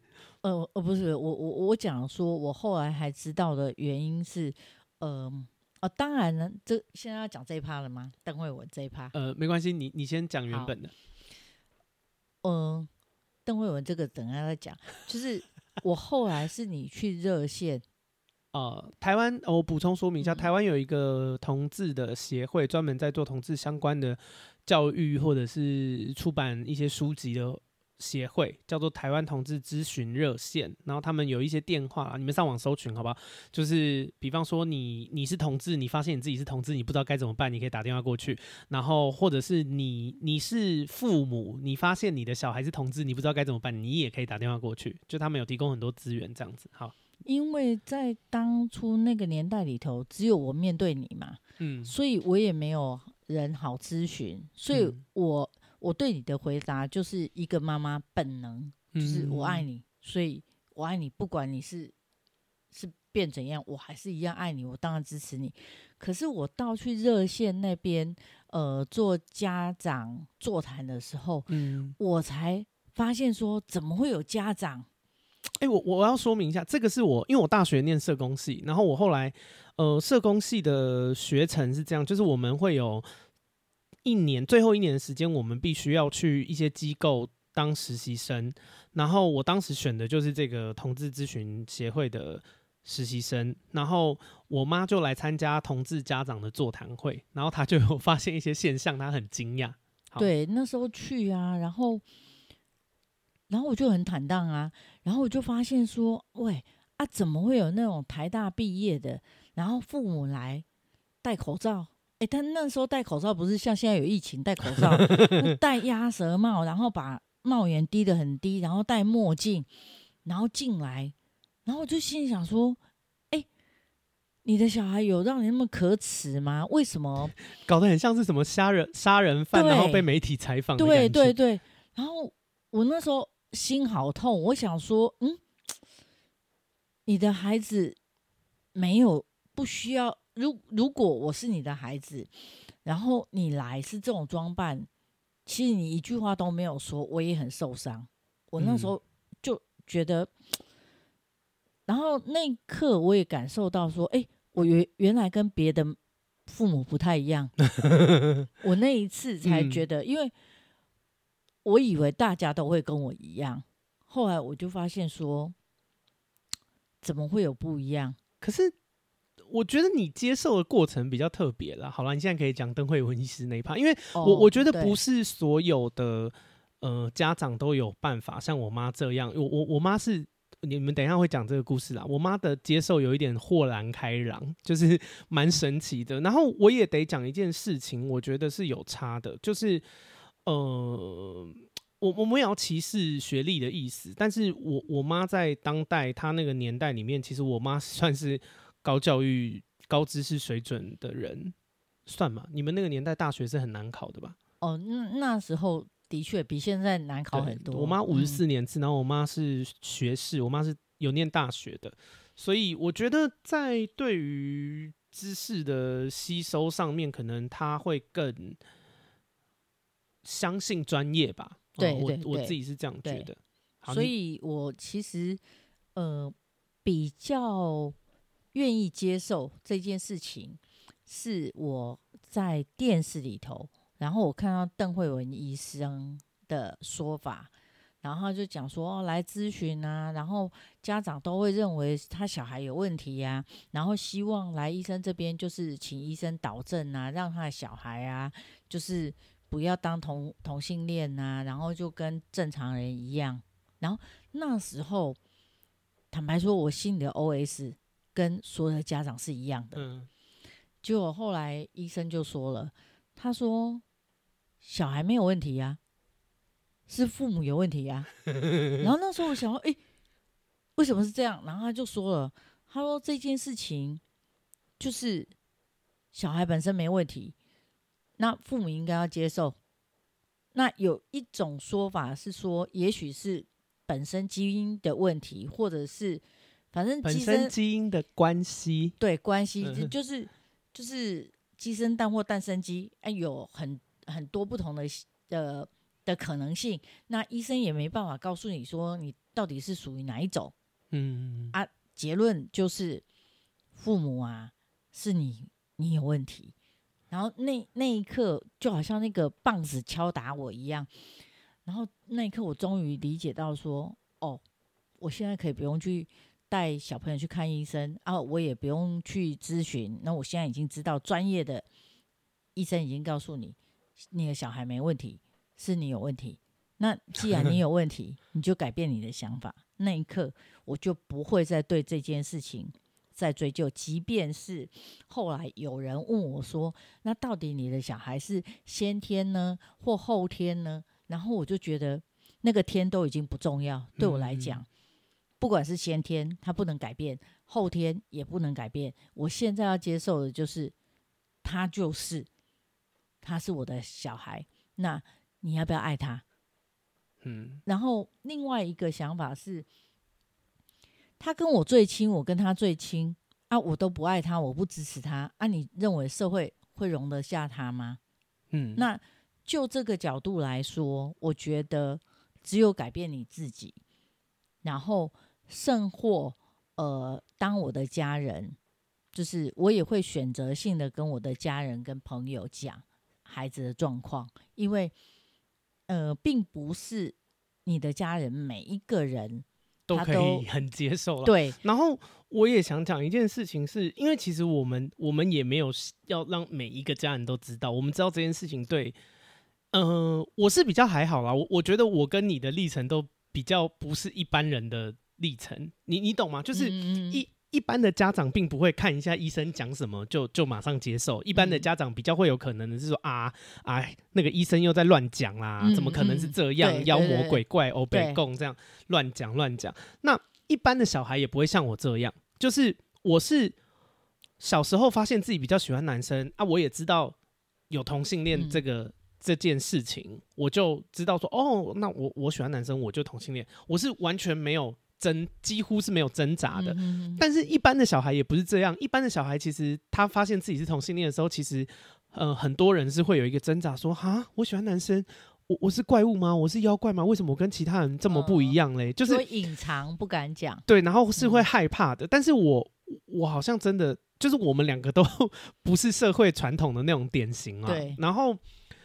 不是，我讲说，我后来还知道的原因是，当然呢，现在要讲这一趴了吗？邓慧文这一趴， 没关系，你先讲原本的。 邓慧文这个等一下再讲，就是我后来是你去热线。 台湾，我补充说明一下，台湾有一个同志的协会，专门在做同志相关的教育或者是出版一些书籍的协会，叫做台湾同志咨询热线。然后他们有一些电话啦，你们上网搜寻好不好？就是比方说你是同志，你发现你自己是同志，你不知道该怎么办，你可以打电话过去。然后或者是你是父母，你发现你的小孩是同志，你不知道该怎么办，你也可以打电话过去。就他们有提供很多资源这样子。好。 因为在当初那个年代里头，只有我面对你嘛，所以我也没有人好咨询，所以我对你的回答就是一个妈妈本能，就是我爱你，所以我爱你，不管你是变怎样，我还是一样爱你，我当然支持你。可是我到去热线那边做家长座谈的时候，我才发现说怎么会有家长。 我要说明一下，这个是因为我大学念社工系，然后我后来社工系的学程是这样，就是我们会有最后一年的时间，我们必须要去一些机构当实习生，然后我当时选的就是这个同志咨询协会的实习生，然后我妈就来参加同志家长的座谈会，然后她就有发现一些现象，她很惊讶。 对，那时候去啊，然后我就很坦荡啊，然后我就发现说，喂啊，怎么会有那种台大毕业的，然后父母来戴口罩？但那时候戴口罩不是像现在有疫情戴口罩，戴鸭舌帽，然后把帽檐低得很低，然后戴墨镜，然后进来，然后我就心里想说，你的小孩有让你那么可耻吗？为什么搞得很像是什么杀人犯，然后被媒体采访的感觉？ 对，然后我那时候心好痛，我想说，你的孩子不需要。如果我是你的孩子，然后你来是这种装扮，其实你一句话都没有说，我也很受伤。我那时候就觉得，然后那一刻我也感受到说，我原来跟别的父母不太一样。我那一次才觉得，因为我以为大家都会跟我一样，后来我就发现说，怎么会有不一样？ 可是我觉得你接受的过程比较特别啦。好了，你现在可以讲邓慧文医师那一趴，因为我觉得不是所有的家长都有办法像我妈这样。我妈是，你们等一下会讲这个故事啦。我妈的接受有一点豁然开朗，就是蛮神奇的。然后我也得讲一件事情，我觉得是有差的，就是我没有要歧视学历的意思，但是我妈在当代她那个年代里面，其实我妈算是高教育、高知识水准的人，算吗？你们那个年代大学是很难考的吧？ 那时候的确比现在难考很多。 我妈54年次，然后我妈是学士，我妈是有念大学的，所以我觉得在对于知识的吸收上面，可能她会更相信专业吧。 对， 我自己是这样觉得。 所以我其实比较愿意接受这件事情，是我在电视里头，然后我看到邓慧文医生的说法，然后他就讲说来咨询啊，然后家长都会认为他小孩有问题啊，然后希望来医生这边就是请医生导正啊，让他的小孩啊就是不要当同性恋啊，然后就跟正常人一样。然后那时候坦白说，我心里的 OS 跟所有的家长是一样的。结果后来医生就说了，他说小孩没有问题啊，是父母有问题啊。然后那时候我想说，为什么是这样？然后他就说了，他说这件事情就是小孩本身没问题，那父母应该要接受。那有一种说法是说，也许是本身基因的问题，或者是反正本身基因的关系， 对，关系就是鸡生蛋或蛋生鸡，有很多不同的可能性。那医生也没办法告诉你说你到底是属于哪一种？ 嗯啊，结论就是父母啊，是你有问题。然后那一刻就好像那个棒子敲打我一样，然后那一刻我终于理解到说，哦，我现在可以不用去带小朋友去看医生啊，我也不用去咨询。那我现在已经知道，专业的医生已经告诉你，你的小孩没问题，是你有问题。那既然你有问题，你就改变你的想法。那一刻，我就不会再对这件事情再追究。即便是后来有人问我说，那到底你的小孩是先天呢，或后天呢？然后我就觉得那个天都已经不重要，对我来讲。不管是先天他不能改变，后天也不能改变，我现在要接受的就是他是我的小孩，那你要不要爱他？然后另外一个想法是，他跟我最亲，我跟他最亲啊，我都不爱他，我不支持他啊，你认为社会会容得下他吗？那就这个角度来说，我觉得只有改变你自己，然后甚或当我的家人，就是我也会选择性的跟我的家人跟朋友讲孩子的状况，因为并不是你的家人每一个人都可以很接受了。 对， 然后我也想讲一件事情是，因为其实我们也没有要让每一个家人都知道，我们知道这件事情对，我是比较还好啦，我觉得我跟你的历程都比较不是一般人的历程，你懂吗？就是一般的家长并不会看一下医生讲什么就马上接受，一般的家长比较会有可能的是说那个医生又在乱讲啦，怎么可能是这样，妖魔鬼怪欧北共这样乱讲。那一般的小孩也不会像我这样，就是我是小时候发现自己比较喜欢男生啊，我也知道有同性恋这件事情，我就知道说哦，那我喜欢男生，我就同性恋，我是完全没有几乎是没有挣扎的。但是一般的小孩也不是这样，一般的小孩其实他发现自己是同性恋的时候，其实很多人是会有一个挣扎说，哈，我喜欢男生，我是怪物吗？我是妖怪吗？为什么我跟其他人这么不一样嘞？就是隐藏不敢讲， 对，然后是会害怕的。但是我好像真的就是我们两个都不是社会传统的那种典型啊。 对， 然后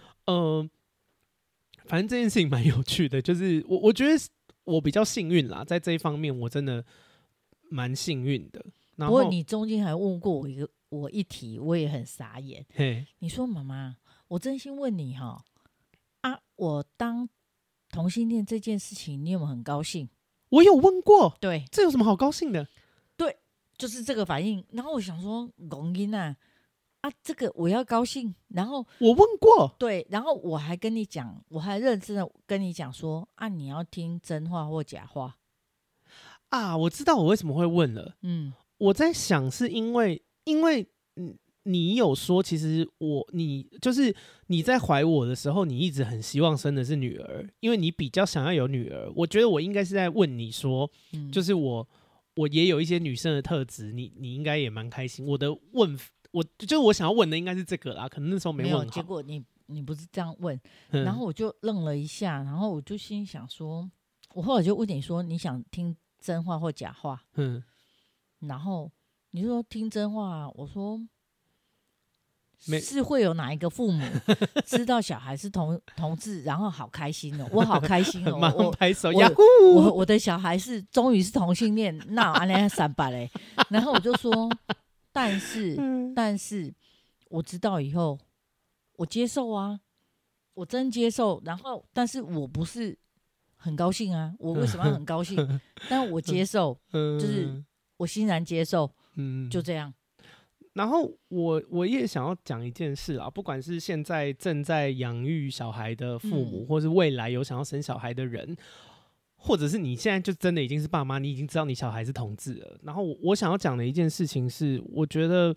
反正这件事情蛮有趣的，就是我觉得我比较幸运啦，在这一方面我真的蛮幸运的。然后不过你中间还问过我一题，我也很傻眼。你说妈妈，我真心问你哈，我当同性恋这件事情，你有没有很高兴？ 我有问过， 对， 这有什么好高兴的？ 对，就是这个反应。然后我想说，公因这个我要高兴。然后我问过， 对，然后我还跟你讲，我还认真的跟你讲说，你要听真话或假话啊，我知道我为什么会问了。我在想是因为你有说，其实就是你在怀我的时候，你一直很希望生的是女儿，因为你比较想要有女儿。我觉得我应该是在问你说，就是我也有一些女生的特质，你应该也蛮开心。就是我想要问的应该是这个啦，可能那时候没问好。 结果你不是这样问，然后我就愣了一下，然后我就心想说，我后来就问你说，你想听真话或假话？然后你说听真话，我说是会有哪一个父母知道小孩是同志，然后好开心哦，我好开心哦， 马上拍手， 我的小孩终于是同性恋，那安尼300嘞，然后我就说，但是我知道以后，我接受啊，我真接受，然后但是我不是很高兴啊，我为什么要很高兴？但我接受，就是我欣然接受，就这样。 然后我也想要讲一件事啊，不管是现在正在养育小孩的父母，或是未来有想要生小孩的人，或者是你现在就真的已经是爸妈，你已经知道你小孩是同志了。然后我想要讲的一件事情是，我觉得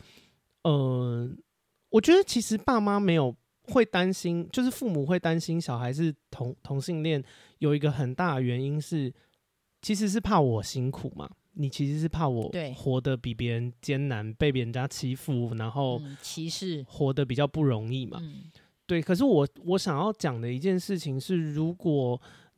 其实爸妈没有会担心，就是父母会担心小孩是同性恋，有一个很大的原因是，其实是怕我辛苦嘛。你其实是怕我活得比别人艰难，被别人家欺负，然后歧视， 活得比较不容易嘛。对，可是我想要讲的一件事情是，如果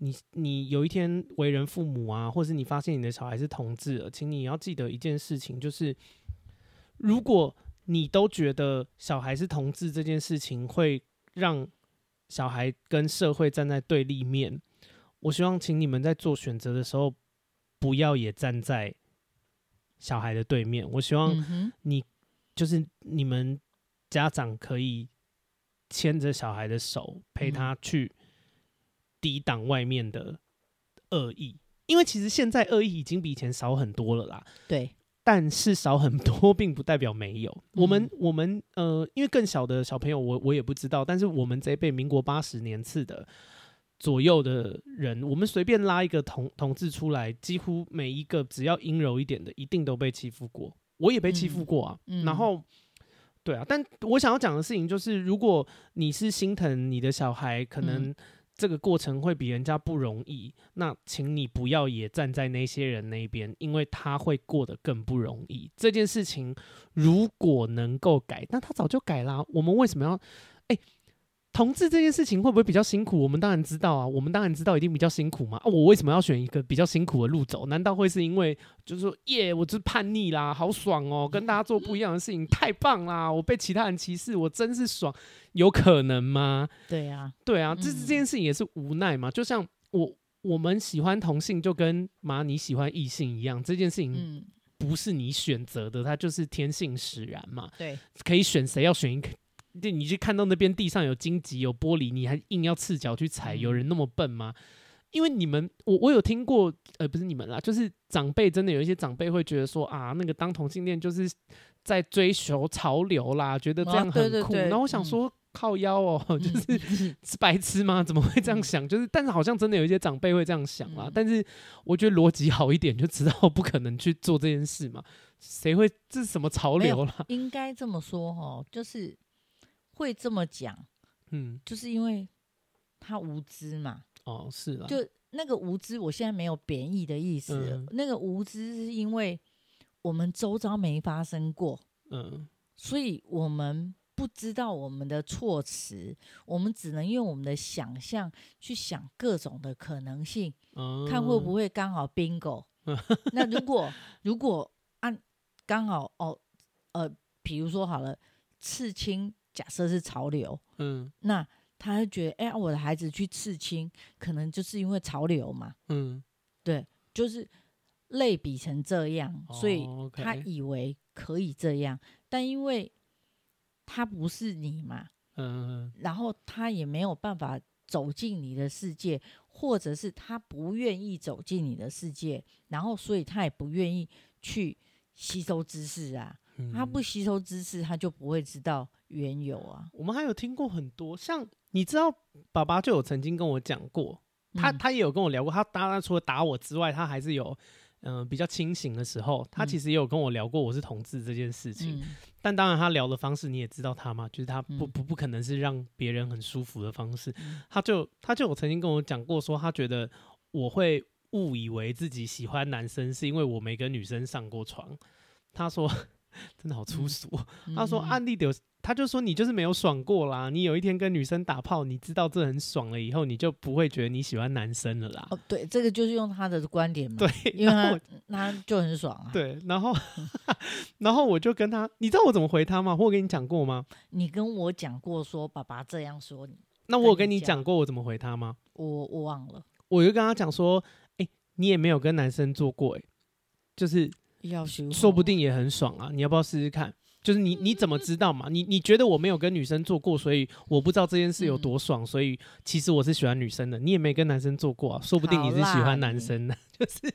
你有一天为人父母啊，或是你发现你的小孩是同志了，请你要记得一件事情，就是如果你都觉得小孩是同志这件事情会让小孩跟社会站在对立面，我希望请你们在做选择的时候不要也站在小孩的对面。我希望就是你们家长可以牵着小孩的手，陪他去抵挡外面的恶意，因为其实现在恶意已经比以前少很多了啦。 对， 但是少很多并不代表没有。我们因为更小的小朋友我也不知道，但是我们这一辈民国80年次的左右的人，我们随便拉一个同志出来，几乎每一个只要阴柔一点的，一定都被欺负过。我也被欺负过啊。然后对啊，但我想要讲的事情就是，如果你是心疼你的小孩，可能这个过程会比人家不容易，那请你不要也站在那些人那边，因为他会过得更不容易。这件事情如果能够改，那他早就改啦。我们为什么要同志这件事情会不会比较辛苦？我们当然知道啊，我们当然知道一定比较辛苦嘛。我为什么要选一个比较辛苦的路走？难道会是因为就是说我就是叛逆啦，好爽哦，跟大家做不一样的事情，太棒啦！我被其他人歧视，我真是爽，有可能吗？ 对啊， 这件事情也是无奈嘛。就像我们喜欢同性，就跟你喜欢异性一样，这件事情不是你选择的，它就是天性使然嘛。 对， 可以选谁要选一个。你去看到那边地上有荆棘有玻璃，你还硬要赤脚去踩，有人那么笨吗？因为你们我有听过，不是你们啦，就是长辈真的有一些长辈会觉得说啊，那个当同性恋就是在追求潮流啦，觉得这样很酷。然后我想说，靠腰哦，就是是白痴吗？怎么会这样想？就是，但是好像真的有一些长辈会这样想啦。但是我觉得逻辑好一点，就知道不可能去做这件事嘛。谁会这是什么潮流啦？ 应该这么说哦，就是会这么讲，就是因为他无知嘛。 哦，是啦， 就那个无知，我现在没有贬义的意思。那个无知是因为我们周遭没发生过，所以我们不知道我们的措辞，我们只能用我们的想象去想各种的可能性，看会不会刚好 bingo。那如果按刚好比如说好了，刺青。假设是潮流，那他会觉得，我的孩子去刺青，可能就是因为潮流嘛，对，就是类比成这样，所以他以为可以这样，但因为他不是你嘛，然后他也没有办法走进你的世界，或者是他不愿意走进你的世界，然后所以他也不愿意去吸收知识啊。他不吸收知识，他就不会知道缘由啊。 我们还有听过很多，像你知道，爸爸就有曾经跟我讲过，他也有跟我聊过，他除了打我之外，他还是有比较清醒的时候，他其实也有跟我聊过我是同志这件事情。但当然，他聊的方式你也知道他嘛，就是他不可能是让别人很舒服的方式。他就有曾经跟我讲过说，他觉得我会误以为自己喜欢男生，是因为我没跟女生上过床。他说。真的好粗俗，他说他就说你就是没有爽过啦，你有一天跟女生打炮，你知道这很爽了以后，你就不会觉得你喜欢男生了啦。 对，这个就是用他的观点嘛。 对， 因为他就很爽啊。 对，然后我就跟他，你知道我怎么回他吗？我有跟你讲过吗？ 你跟我讲过说爸爸这样说你， 那我有跟你讲过我怎么回他吗？ 我忘了。 我就跟他讲说，你也没有跟男生做过，就是说不定也很爽啊！你要不要试试看？就是你怎么知道嘛？你觉得我没有跟女生做过，所以我不知道这件事有多爽，所以其实我是喜欢女生的。你也没跟男生做过啊，说不定你是喜欢男生的，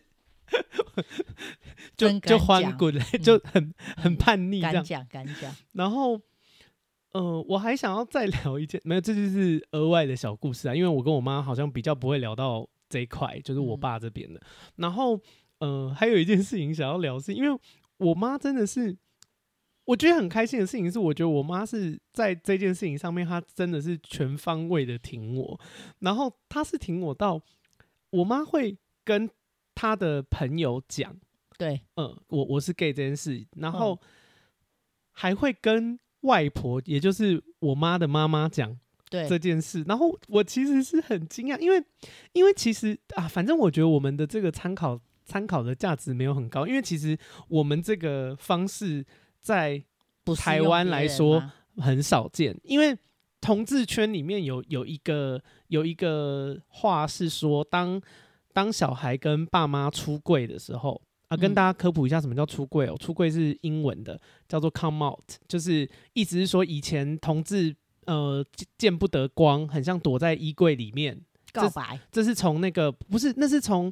就翻滚，就很叛逆这样。 敢讲。 然后我还想要再聊一件，没有，这就是额外的小故事啊。因为我跟我妈好像比较不会聊到这一块，就是我爸这边的。然后还有一件事情想要聊，是因为我妈真的是，我觉得很开心的事情是，我觉得我妈是在这件事情上面，她真的是全方位的挺我。然后她是挺我到，我妈会跟她的朋友讲， 对， 我是 gay 这件事，然后还会跟外婆，也就是我妈的妈妈讲， 这件事，然后我其实是很惊讶，因为其实反正我觉得我们的这个参考的价值没有很高，因为其实我们这个方式在台湾来说很少见，因为同志圈里面有一个话是说，当小孩跟爸妈出柜的时候跟大家科普一下什么叫出柜出柜是英文的，叫做 come out， 就是意思是说以前同志见不得光，很像躲在衣柜里面告白， 这是从那个不是，那是从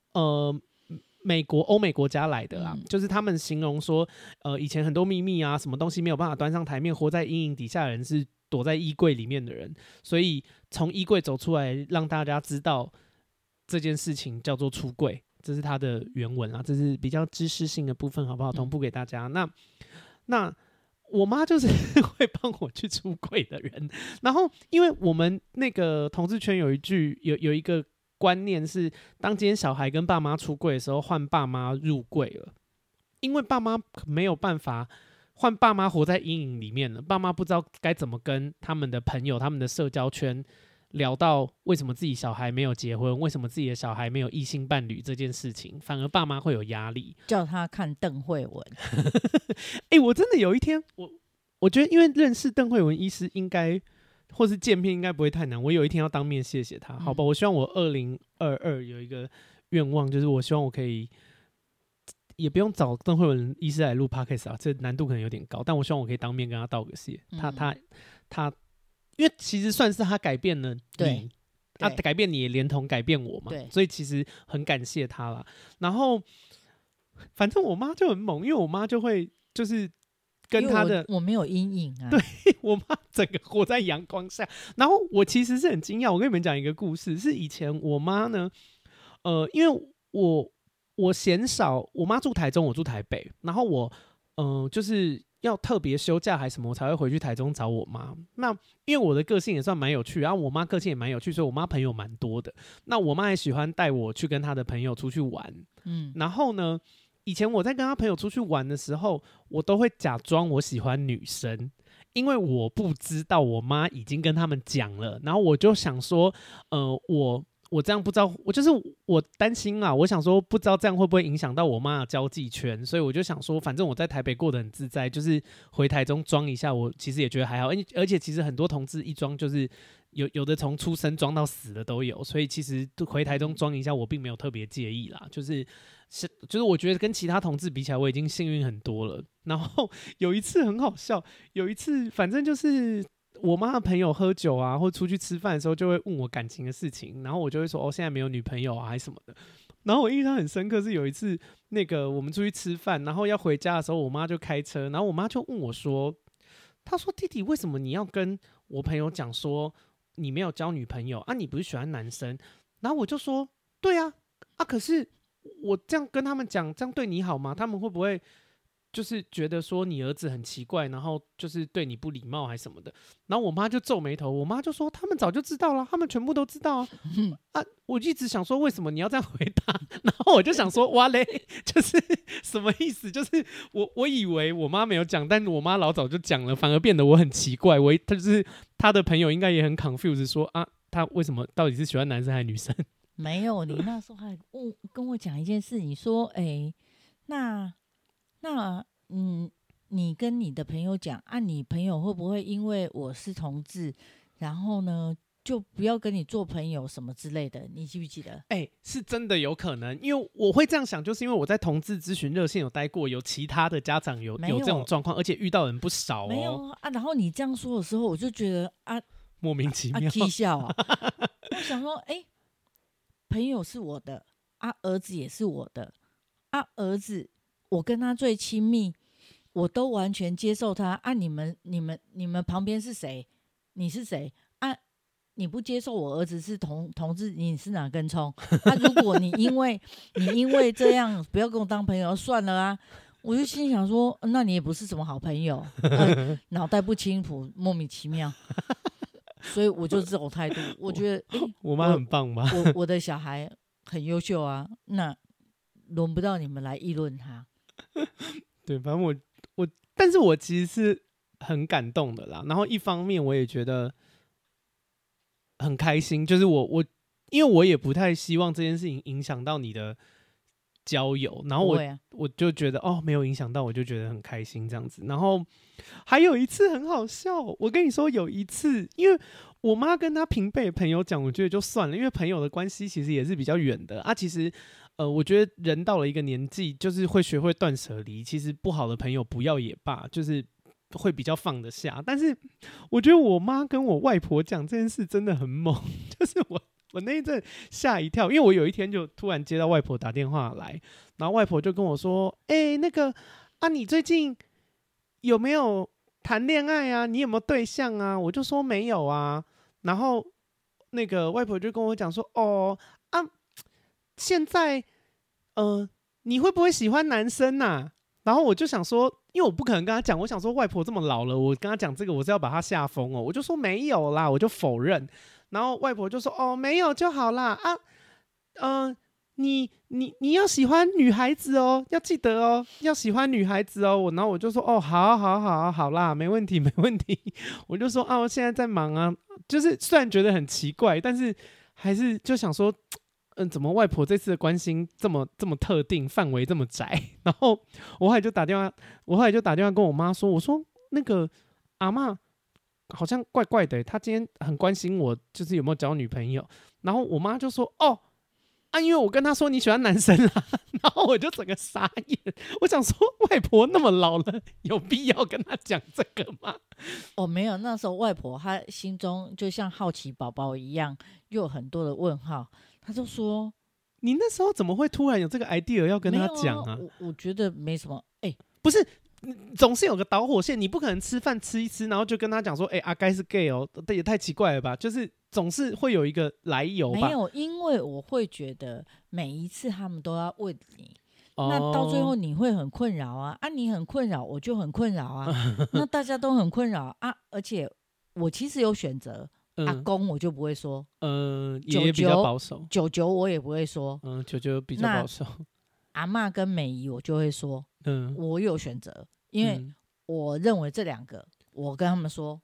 欧美国家来的啊，就是他们形容说以前很多秘密啊，什么东西没有办法端上台面，活在阴影底下的人是躲在衣柜里面的人，所以从衣柜走出来，让大家知道这件事情叫做出柜，这是他的原文啊，这是比较知识性的部分，好不好？同步给大家。那我妈就是会帮我去出柜的人，然后因为我们那个同志圈有一个观念是，当今天小孩跟爸妈出柜的时候，换爸妈入柜了，因为爸妈没有办法。换爸妈活在阴影里面了，爸妈不知道该怎么跟他们的朋友、他们的社交圈聊到为什么自己小孩没有结婚，为什么自己的小孩没有异性伴侣这件事情，反而爸妈会有压力， 叫他看邓慧文。 我真的有一天，我觉得因为认识邓慧文医师，应该或是见面应该不会太难，我有一天要当面谢谢他，好吧？我希望我2022有一个愿望，就是我希望我可以。也不用找邓慧文医师来录 podcast 这难度可能有点高，但我希望我可以当面跟他道个谢。他，因为其实算是他改变了你，他改变你也连同改变我嘛，所以其实很感谢他啦。然后，反正我妈就很猛，因为我妈就会就是跟他的我没有阴影啊， 对我妈整个活在阳光下。然后我其实是很惊讶，我跟你们讲一个故事，是以前我妈呢，因为我嫌少，我妈住台中，我住台北，然后我就是要特别休假还是什么，我才会回去台中找我妈。那因为我的个性也算蛮有趣，然后我妈个性也蛮有趣，所以我妈朋友蛮多的。那我妈也喜欢带我去跟她的朋友出去玩，然后呢，以前我在跟她朋友出去玩的时候，我都会假装我喜欢女生。因为我不知道我妈已经跟他们讲了，然后我就想说，我这样不知道，我担心啊，我想说不知道这样会不会影响到我妈的交际圈，所以我就想说，反正我在台北过得很自在，就是回台中装一下，我其实也觉得还好，而且其实很多同志一装就是有的从出生装到死的都有，所以其实回台中装一下，我并没有特别介意啦，就是我觉得跟其他同志比起来，我已经幸运很多了。然后有一次很好笑，有一次反正就是我妈的朋友喝酒啊，或出去吃饭的时候，就会问我感情的事情，然后我就会说现在没有女朋友啊，还是什么的。然后我印象很深刻是有一次，那个我们出去吃饭，然后要回家的时候，我妈就开车，然后我妈就问我说：“她说弟弟，为什么你要跟我朋友讲说你没有交女朋友啊？你不是喜欢男生？”然后我就说：“对啊，可是我这样跟他们讲，这样对你好吗？他们会不会？”就是觉得说你儿子很奇怪，然后就是对你不礼貌还是什么的，然后我妈就皱眉头，我妈就说他们早就知道了，他们全部都知道啊。我一直想说为什么你要这样回答，然后我就想说哇嘞，就是什么意思？就是我以为我妈没有讲，但我妈老早就讲了，反而变得我很奇怪。他就是他的朋友应该也很 confused 说他为什么到底是喜欢男生还是女生？ 没有，你那时候还跟我讲一件事，你说那你跟你的朋友讲你朋友会不会因为我是同志，然后呢就不要跟你做朋友什么之类的？你记不记得？ 是真的有可能，因为我会这样想，就是因为我在同志咨询热线有待过，有其他的家长有这种状况，而且遇到人不少哦。 没有然后你这样说的时候，我就觉得莫名其妙讥笑我想说朋友是我的儿子也是我的儿子我跟他最亲密，我都完全接受他你们旁边是谁？你是谁你不接受我儿子是同志，你是哪根葱如果你因为这样不要跟我当朋友算了我就心想说那你也不是什么好朋友脑袋不清楚，莫名其妙所以我就这种态度，我觉得我妈很棒吧？ 我的小孩很优秀那轮不到你们来议论他。 对，反正但是我其实是很感动的啦。然后一方面我也觉得， 很开心，就是因为我也不太希望这件事情影响到你的交友，然后我就觉得没有影响到，我就觉得很开心这样子。然后还有一次很好笑，我跟你说有一次，因为我妈跟她平辈的朋友讲，我觉得就算了，因为朋友的关系其实也是比较远的啊。其实我觉得人到了一个年纪，就是会学会断舍离，其实不好的朋友不要也罢，就是会比较放得下。但是我觉得我妈跟我外婆讲这件事真的很猛，就是我那一阵吓一跳，因为我有一天就突然接到外婆打电话来，然后外婆就跟我说：“那个啊，你最近有没有谈恋爱啊？你有没有对象啊？”我就说没有啊。然后那个外婆就跟我讲说：“现在你会不会喜欢男生啊？”然后我就想说，因为我不可能跟他讲，我想说外婆这么老了，我跟他讲这个，我是要把他吓疯哦。我就说没有啦，我就否认。然后外婆就说：“没有就好啦啊，你要喜欢女孩子哦，要记得哦，要喜欢女孩子哦。”然后我就说：“好啦，没问题。”我就说：“我现在在忙啊。”就是虽然觉得很奇怪，但是还是就想说，怎么外婆这次的关心这么特定，范围这么窄？然后我后来就打电话跟我妈说：“我说那个阿嬷好像怪怪的，他今天很关心我，就是有没有交女朋友。”然后我妈就说：“因为我跟他说你喜欢男生啊。”然后我就整个傻眼，我想说外婆那么老了，有必要跟他讲这个吗？ 没有，那时候外婆她心中就像好奇宝宝一样，又有很多的问号。她就说：“ 你那时候怎么会突然有这个 idea 要跟他讲啊？” 我觉得没什么， 不是。总是有个导火线，你不可能吃饭吃一吃，然后就跟他讲说：“阿该是 gay 哦，这也太奇怪了吧？”就是总是会有一个来由吧。 没有，因为我会觉得每一次他们都要问你，那到最后你会很困扰啊！你很困扰，我就很困扰啊。那大家都很困扰啊，而且我其实有选择，阿公我就不会说， 爷爷比较保守， 舅舅我也不会说， 舅舅比较保守。 阿嬷跟美姨我就会说，我有选择，因为我认为这两个我跟他们说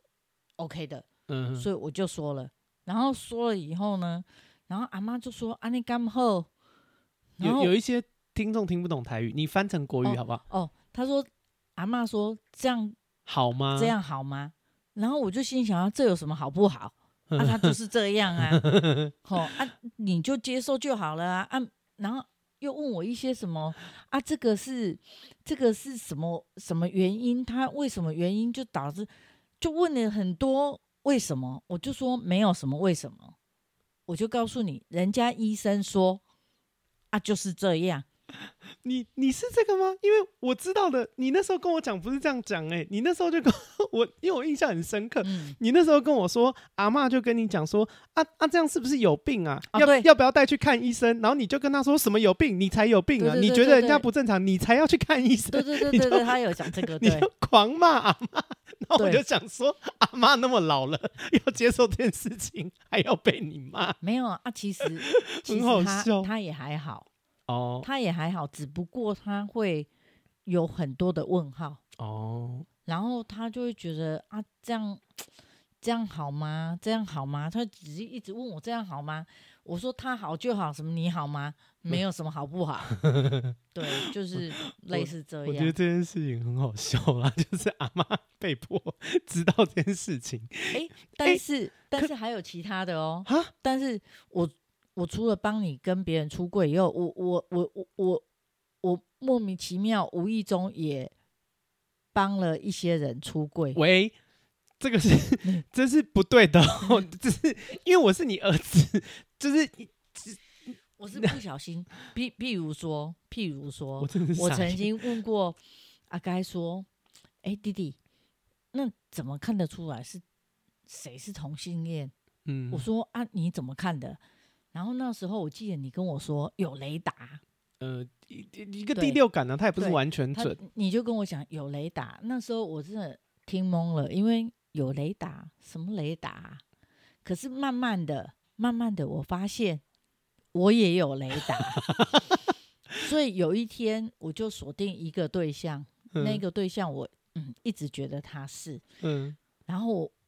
OK 的，所以我就说了。然后说了以后呢，然后阿嬷就说：“你刚好。” 有一些听众听不懂台语，你翻成国语好不好？ 他说阿嬷说这样好吗？ 这样好吗？然后我就心想这有什么好不好？他就是这样啊，你就接受就好了啊。然后又问我一些什么这个是什么原因？他为什么原因就导致就问了很多为什么？我就说没有什么为什么，我就告诉你，人家医生说就是这样。 你是这个吗？因为我知道的，你那时候跟我讲不是这样讲你那时候就跟我，因为我印象很深刻，你那时候跟我说，阿嬷就跟你讲说，这样是不是有病啊？要不要带去看医生？然后你就跟他说什么有病，你才有病啊！ 对对对对对， 你觉得人家不正常，你才要去看医生。 对，他有讲这个， 你就狂骂阿嬷。然后我就想说，阿嬷那么老了，要接受这件事情，还要被你骂？ 没有其实很好笑， 他也还好。他也还好，只不过他会有很多的问号然后他就会觉得这样好吗？这样好吗？他只是一直问我这样好吗？我说他好就好，什么你好吗？没有什么好不好。对，就是类似这样。 我觉得这件事情很好笑啦，就是阿嬷被迫知道这件事情。 但是还有其他的但是我除了帮你跟别人出柜以后，我莫名其妙无意中也帮了一些人出柜。 喂，这个这是不对的只是因为我是你儿子，就是我是不小心。譬如说，我曾经问过阿该说：“弟弟，那怎么看得出来是谁是同性恋？”我说：“你怎么看的？”然后那时候我记得你跟我说有雷达， 一个第六感呢，它也不是完全准。 你就跟我讲有雷达，那时候我真的听懵了，因为有雷达，什么雷达？可是慢慢的，我发现我也有雷达，所以有一天我就锁定一个对象，那个对象我一直觉得他是，然后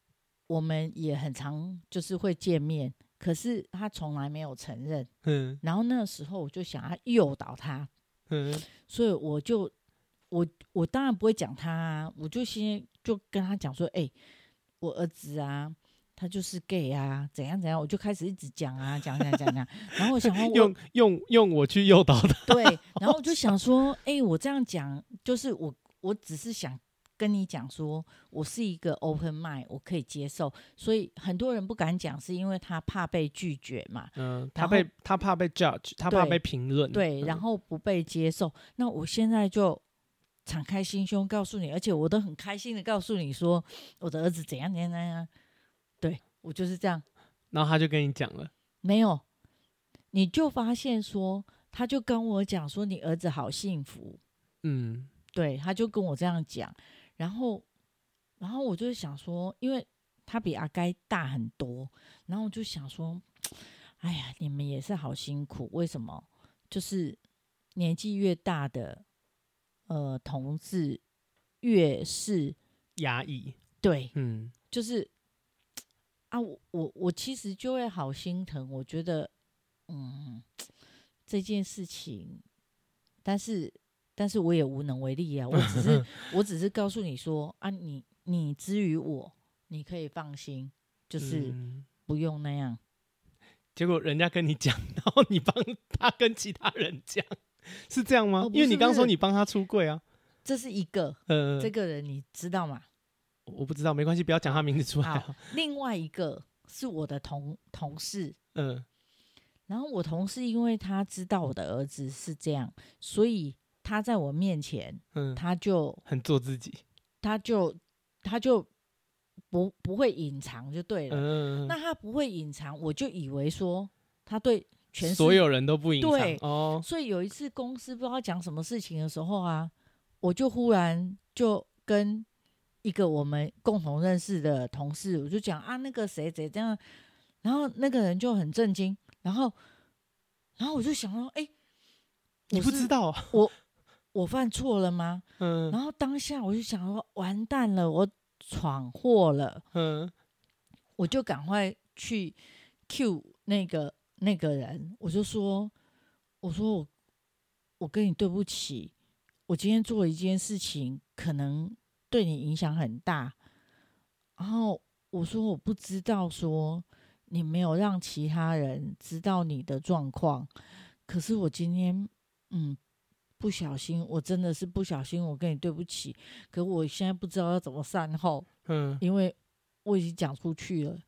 我们也很常就是会见面，可是他从来没有承认。然后那个时候我就想要诱导他，所以我当然不会讲他啊，我就先就跟他讲说，我儿子啊，他就是 gay 啊，怎样怎样，我就开始一直讲啊，讲。然后我想说用我去诱导他， 对，然后我就想说，我这样讲，就是我只是想跟你讲说，我是一个 open mind， 我可以接受，所以很多人不敢讲，是因为他怕被拒绝嘛。他怕被 judge， 他怕被评论， 对，然后不被接受。那我现在就敞开心胸告诉你，而且我都很开心的告诉你说，我的儿子怎样怎样怎样。对，我就是这样。 然后他就跟你讲了， 没有，你就发现说，他就跟我讲说，你儿子好幸福。对，他就跟我这样讲。然后我就想说，因为他比阿该大很多，然后我就想说，哎呀，你们也是好辛苦，为什么？就是年纪越大的同志越是压抑。 对，就是啊，我其实就会好心疼，我觉得，这件事情，但是我也无能为力啊，我只是告诉你说啊，你之于我，你可以放心，就是不用那样。 结果人家跟你讲，然后你帮他跟其他人讲，是这样吗？因为你刚说你帮他出柜啊， 这是一个，这个人你知道吗？ 我不知道，没关系，不要讲他名字出来。 另外一个是我的同事，然后我同事因为他知道我的儿子是这样，所以他在我面前，他就很做自己， 他就不会隐藏就对了。那他不会隐藏，我就以为说他对全所有人都不隐藏。 对所以有一次公司不知道讲什么事情的时候啊，我就忽然就跟一个我们共同认识的同事，我就讲啊，那个谁这样，然后那个人就很震惊，然后我就想说， 你不知道我犯错了吗？然后当下我就想说，完蛋了，我闯祸了。我就赶快去 cue 那个人，我就说，我跟你对不起，我今天做了一件事情，可能对你影响很大。然后我说我不知道说你没有让其他人知道你的状况，可是我今天不小心，我真的是不小心，我跟你对不起。可我现在不知道要怎么善后，因为我已经讲出去了。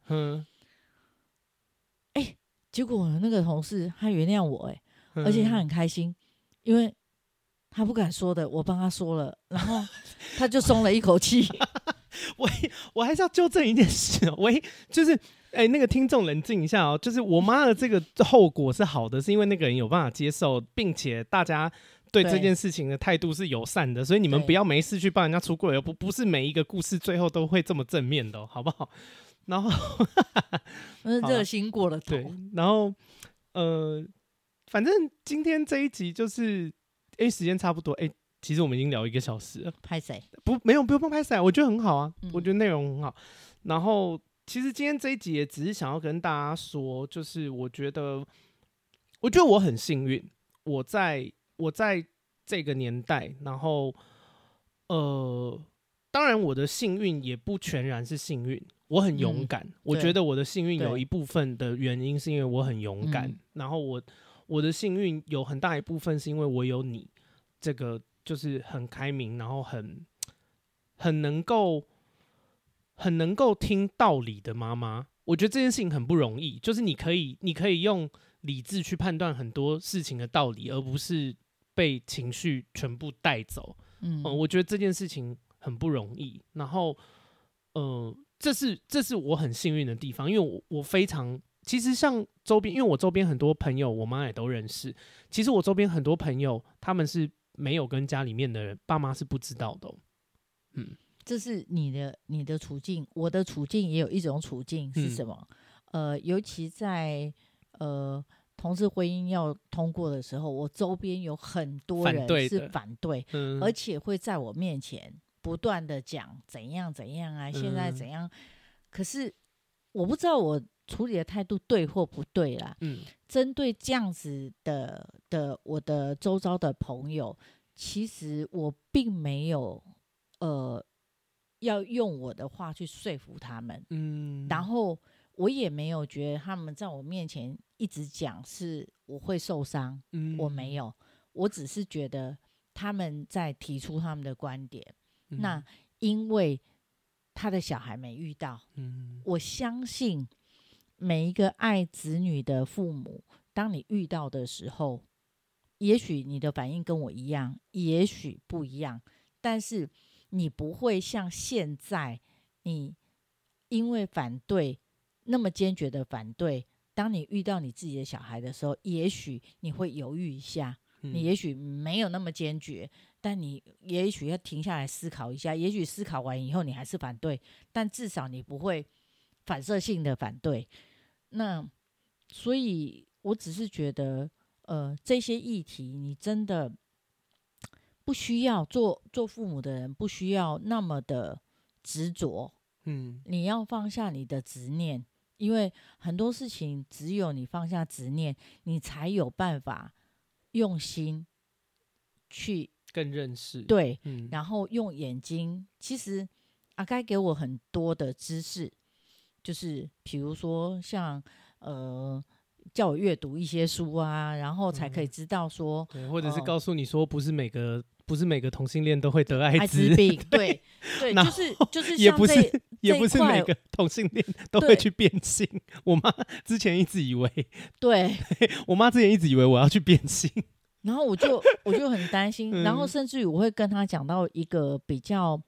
结果我那个同事他原谅我，而且他很开心，因为他不敢说的，我帮他说了，然后他就松了一口气。 我还是要纠正一件事就是那个听众冷静一下哦，就是我妈的这个后果是好的，是因为那个人有办法接受，并且大家对这件事情的态度是友善的，所以你们不要没事去帮人家出柜，不是每一个故事最后都会这么正面的好不好？然后热心过了头。 对，然后反正今天这一集就是时间差不多其实我们已经聊1个小时了。 拍谁？ 没有，不用拍谁，我觉得很好啊，我觉得内容很好。然后其实今天这一集也只是想要跟大家说，就是我觉得我很幸运，我在这个年代，然后当然我的幸运也不全然是幸运，我很勇敢。我觉得我的幸运有一部分的原因是因为我很勇敢，然后我的幸运有很大一部分是因为我有你这个就是很开明，然后很能够听道理的妈妈。我觉得这件事情很不容易，就是你可以用理智去判断很多事情的道理，而不是被情绪全部带走。我觉得这件事情很不容易。然后这是我很幸运的地方，因为我非常其实像周边，因为我周边很多朋友我妈也都认识，其实我周边很多朋友他们是没有跟家里面的人爸妈是不知道的这是你的处境，我的处境也有一种处境是什么？尤其在同志婚姻要通过的时候，我周边有很多人是反对，而且会在我面前不断的讲怎样怎样啊，现在怎样。 可是我不知道我处理的态度对或不对啦。针对这样子的我的周遭的朋友，其实我并没有要用我的话去说服他们。然后我也没有觉得他们在我面前一直讲是我会受伤。我没有，我只是觉得他们在提出他们的观点。那因为他的小孩没遇到，我相信每一个爱子女的父母，当你遇到的时候，也许你的反应跟我一样，也许不一样，但是你不会像现在你因为反对那么坚决的反对，当你遇到你自己的小孩的时候，也许你会犹豫一下，你也许没有那么坚决，但你也许要停下来思考一下，也许思考完以后你还是反对，但至少你不会反射性的反对。那所以我只是觉得这些议题你真的不需要做父母的人不需要那么的执着。你要放下你的执念，因为很多事情只有你放下执念，你才有办法用心去更认识。 对，然后用眼睛。其实阿该给我很多的知识，就是比如说像叫我阅读一些书啊，然后才可以知道说， 对，或者是告诉你说不是每个同性恋都会得艾滋病。对对，就是也不是每个同性恋都会去变性。我妈之前一直以为， 对， 我妈之前一直以为我要去变性， 然后我就很担心，然后甚至于我会跟她讲到一个比较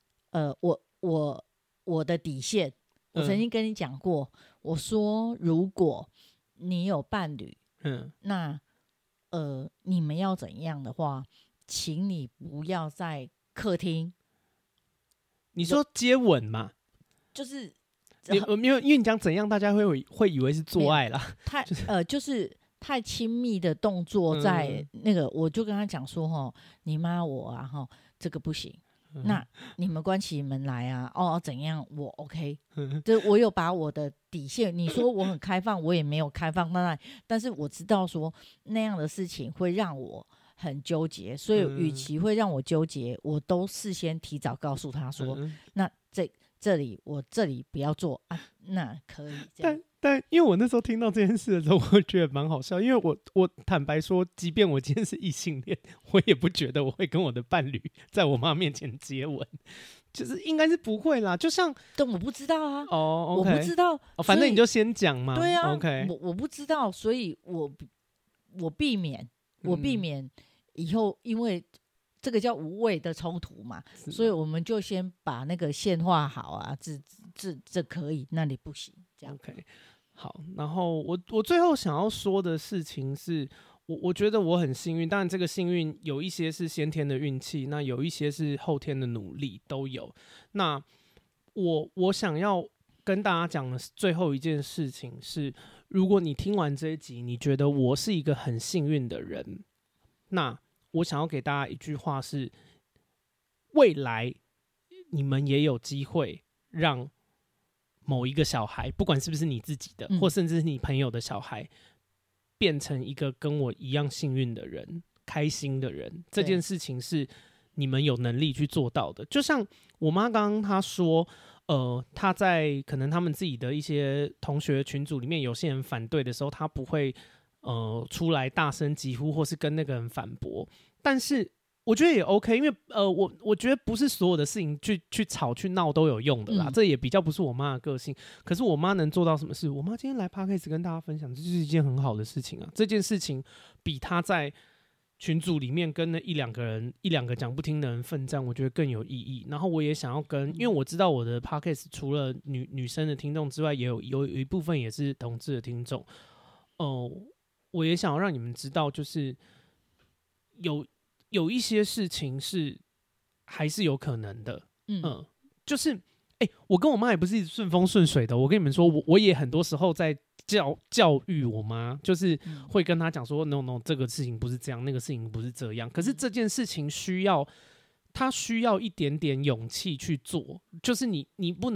我的底线。我曾经跟你讲过，我说如果你有伴侣，那你们要怎样的话，请你不要在客厅。 你说接吻嘛？ 就是因为你讲怎样，大家会以为是做爱啦。 就是太亲密的动作在那个，我就跟他讲说你妈我啊这个不行。那你们关起门来啊，怎样我 OK， 就我有把我的底线。你说我很开放，我也没有开放，但是我知道说那样的事情会让我很纠结，所以与其会让我纠结，我都事先提早告诉他说，那这里不要做啊，那可以这样。 但因为我那时候听到这件事的时候，我觉得蛮好笑，因为我坦白说，即便我今天是异性恋，我也不觉得我会跟我的伴侣在我妈面前接吻，就是应该是不会啦。就像， 但我不知道啊， 我不知道， 反正你就先讲嘛。 对啊 ，OK， 我不知道，所以我避免以后，因为这个叫无谓的冲突嘛，所以我们就先把那个线画好啊，这可以，那里不行，这样 OK。好，然后我最后想要说的事情是，我觉得我很幸运，当然这个幸运有一些是先天的运气，那有一些是后天的努力都有。那我想要跟大家讲的最后一件事情是，如果你听完这一集，你觉得我是一个很幸运的人，那我想要给大家一句话是：未来你们也有机会让某一个小孩，不管是不是你自己的，或甚至是你朋友的小孩，变成一个跟我一样幸运的人、开心的人。这件事情是你们有能力去做到的。就像我妈刚刚她说，她在可能他们自己的一些同学群组里面，有些人反对的时候，她不会出来大声疾呼，或是跟那个人反驳。但是我觉得也 OK， 因为我觉得不是所有的事情去吵去闹都有用的啦，这也比较不是我妈的个性。可是我妈能做到什么事？我妈今天来 Podcast 跟大家分享，这就是一件很好的事情啊。这件事情比她在群组里面跟那一两个讲不听的人奋战，我觉得更有意义。然后我也想要因为我知道我的 Podcast 除了女生的听众之外，也有一部分也是同志的听众。我也想要让你们知道，就是有一些事情是还是有可能的，就是我跟我妈也不是一直顺风顺水的。我跟你们说，我也很多时候在教育我妈，就是会跟她讲说 ，no， 这个事情不是这样，那个事情不是这样。可是这件事情她需要一点点勇气去做，就是你不能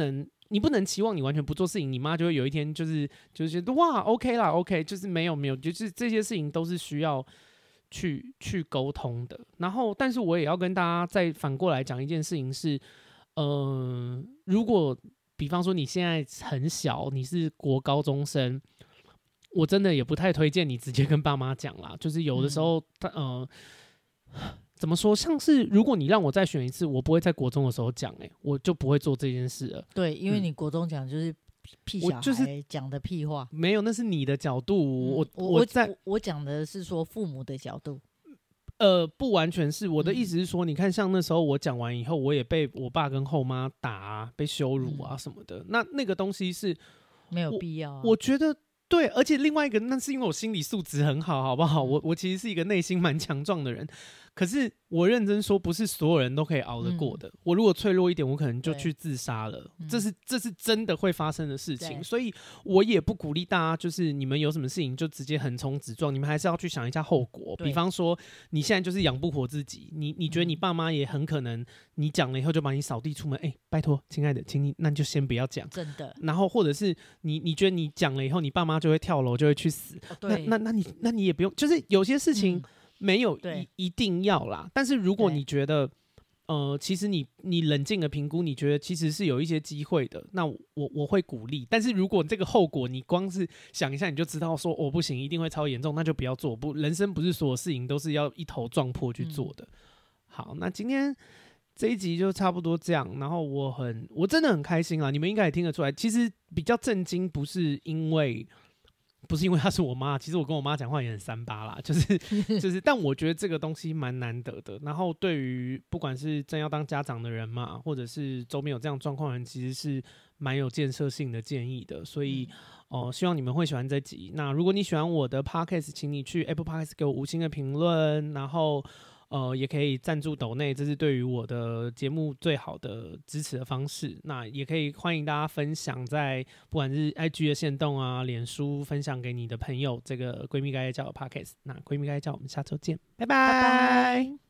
你不能期望你完全不做事情，你妈就会有一天就是觉得哇 OK 啦 OK， 就是没有，就是这些事情都是需要去沟通的。然后，但是我也要跟大家再反过来讲一件事情是，如果比方说你现在很小，你是国高中生，我真的也不太推荐你直接跟爸妈讲啦。就是有的时候，怎么说？像是如果你让我再选一次，我不会在国中的时候讲，我就不会做这件事了。 对，因为你国中讲就是屁小孩讲的屁话， 没有，那是你的角度。 我讲的是说父母的角度。 不完全是我的意思是说，你看，像那时候我讲完以后，我也被我爸跟后妈打啊，被羞辱啊什么的。那个东西是没有必要我觉得对，而且另外一个，那是因为我心理素质很好，好不好？我其实是一个内心蛮强壮的人。可是我认真说，不是所有人都可以熬得过的。我如果脆弱一点，我可能就去自杀了。这是真的会发生的事情，所以我也不鼓励大家，就是你们有什么事情就直接横冲直撞，你们还是要去想一下后果。比方说，你现在就是养不活自己，你觉得你爸妈也很可能，你讲了以后就把你扫地出门，拜托，亲爱的，请你那你就先不要讲， 真的。 然后或者是你觉得你讲了以后，你爸妈就会跳楼，就会去死。那你也不用，就是有些事情。没有一定要啦，但是如果你觉得，其实你冷静的评估，你觉得其实是有一些机会的，那我会鼓励。但是如果这个后果你光是想一下你就知道说不行，一定会超严重，那就不要做。人生不是所有事情都是要一头撞破去做的。好，那今天这一集就差不多这样。然后我真的很开心啦，你们应该也听得出来，其实比较震惊不是因为她是我妈，其实我跟我妈讲话也很三八啦，就是，但我觉得这个东西蛮难得的。然后对于不管是正要当家长的人嘛，或者是周边有这样状况的人，其实是蛮有建设性的建议的。所以，希望你们会喜欢这集。那如果你喜欢我的 podcast， 请你去 Apple Podcast 给我5星的评论，然后。也可以赞助抖内，这是对于我的节目最好的支持的方式。那也可以欢迎大家分享在不管是 IG 的限动啊、脸书分享给你的朋友。这个闺蜜该叫的 Podcast， 那闺蜜该叫，我们下周见，拜拜。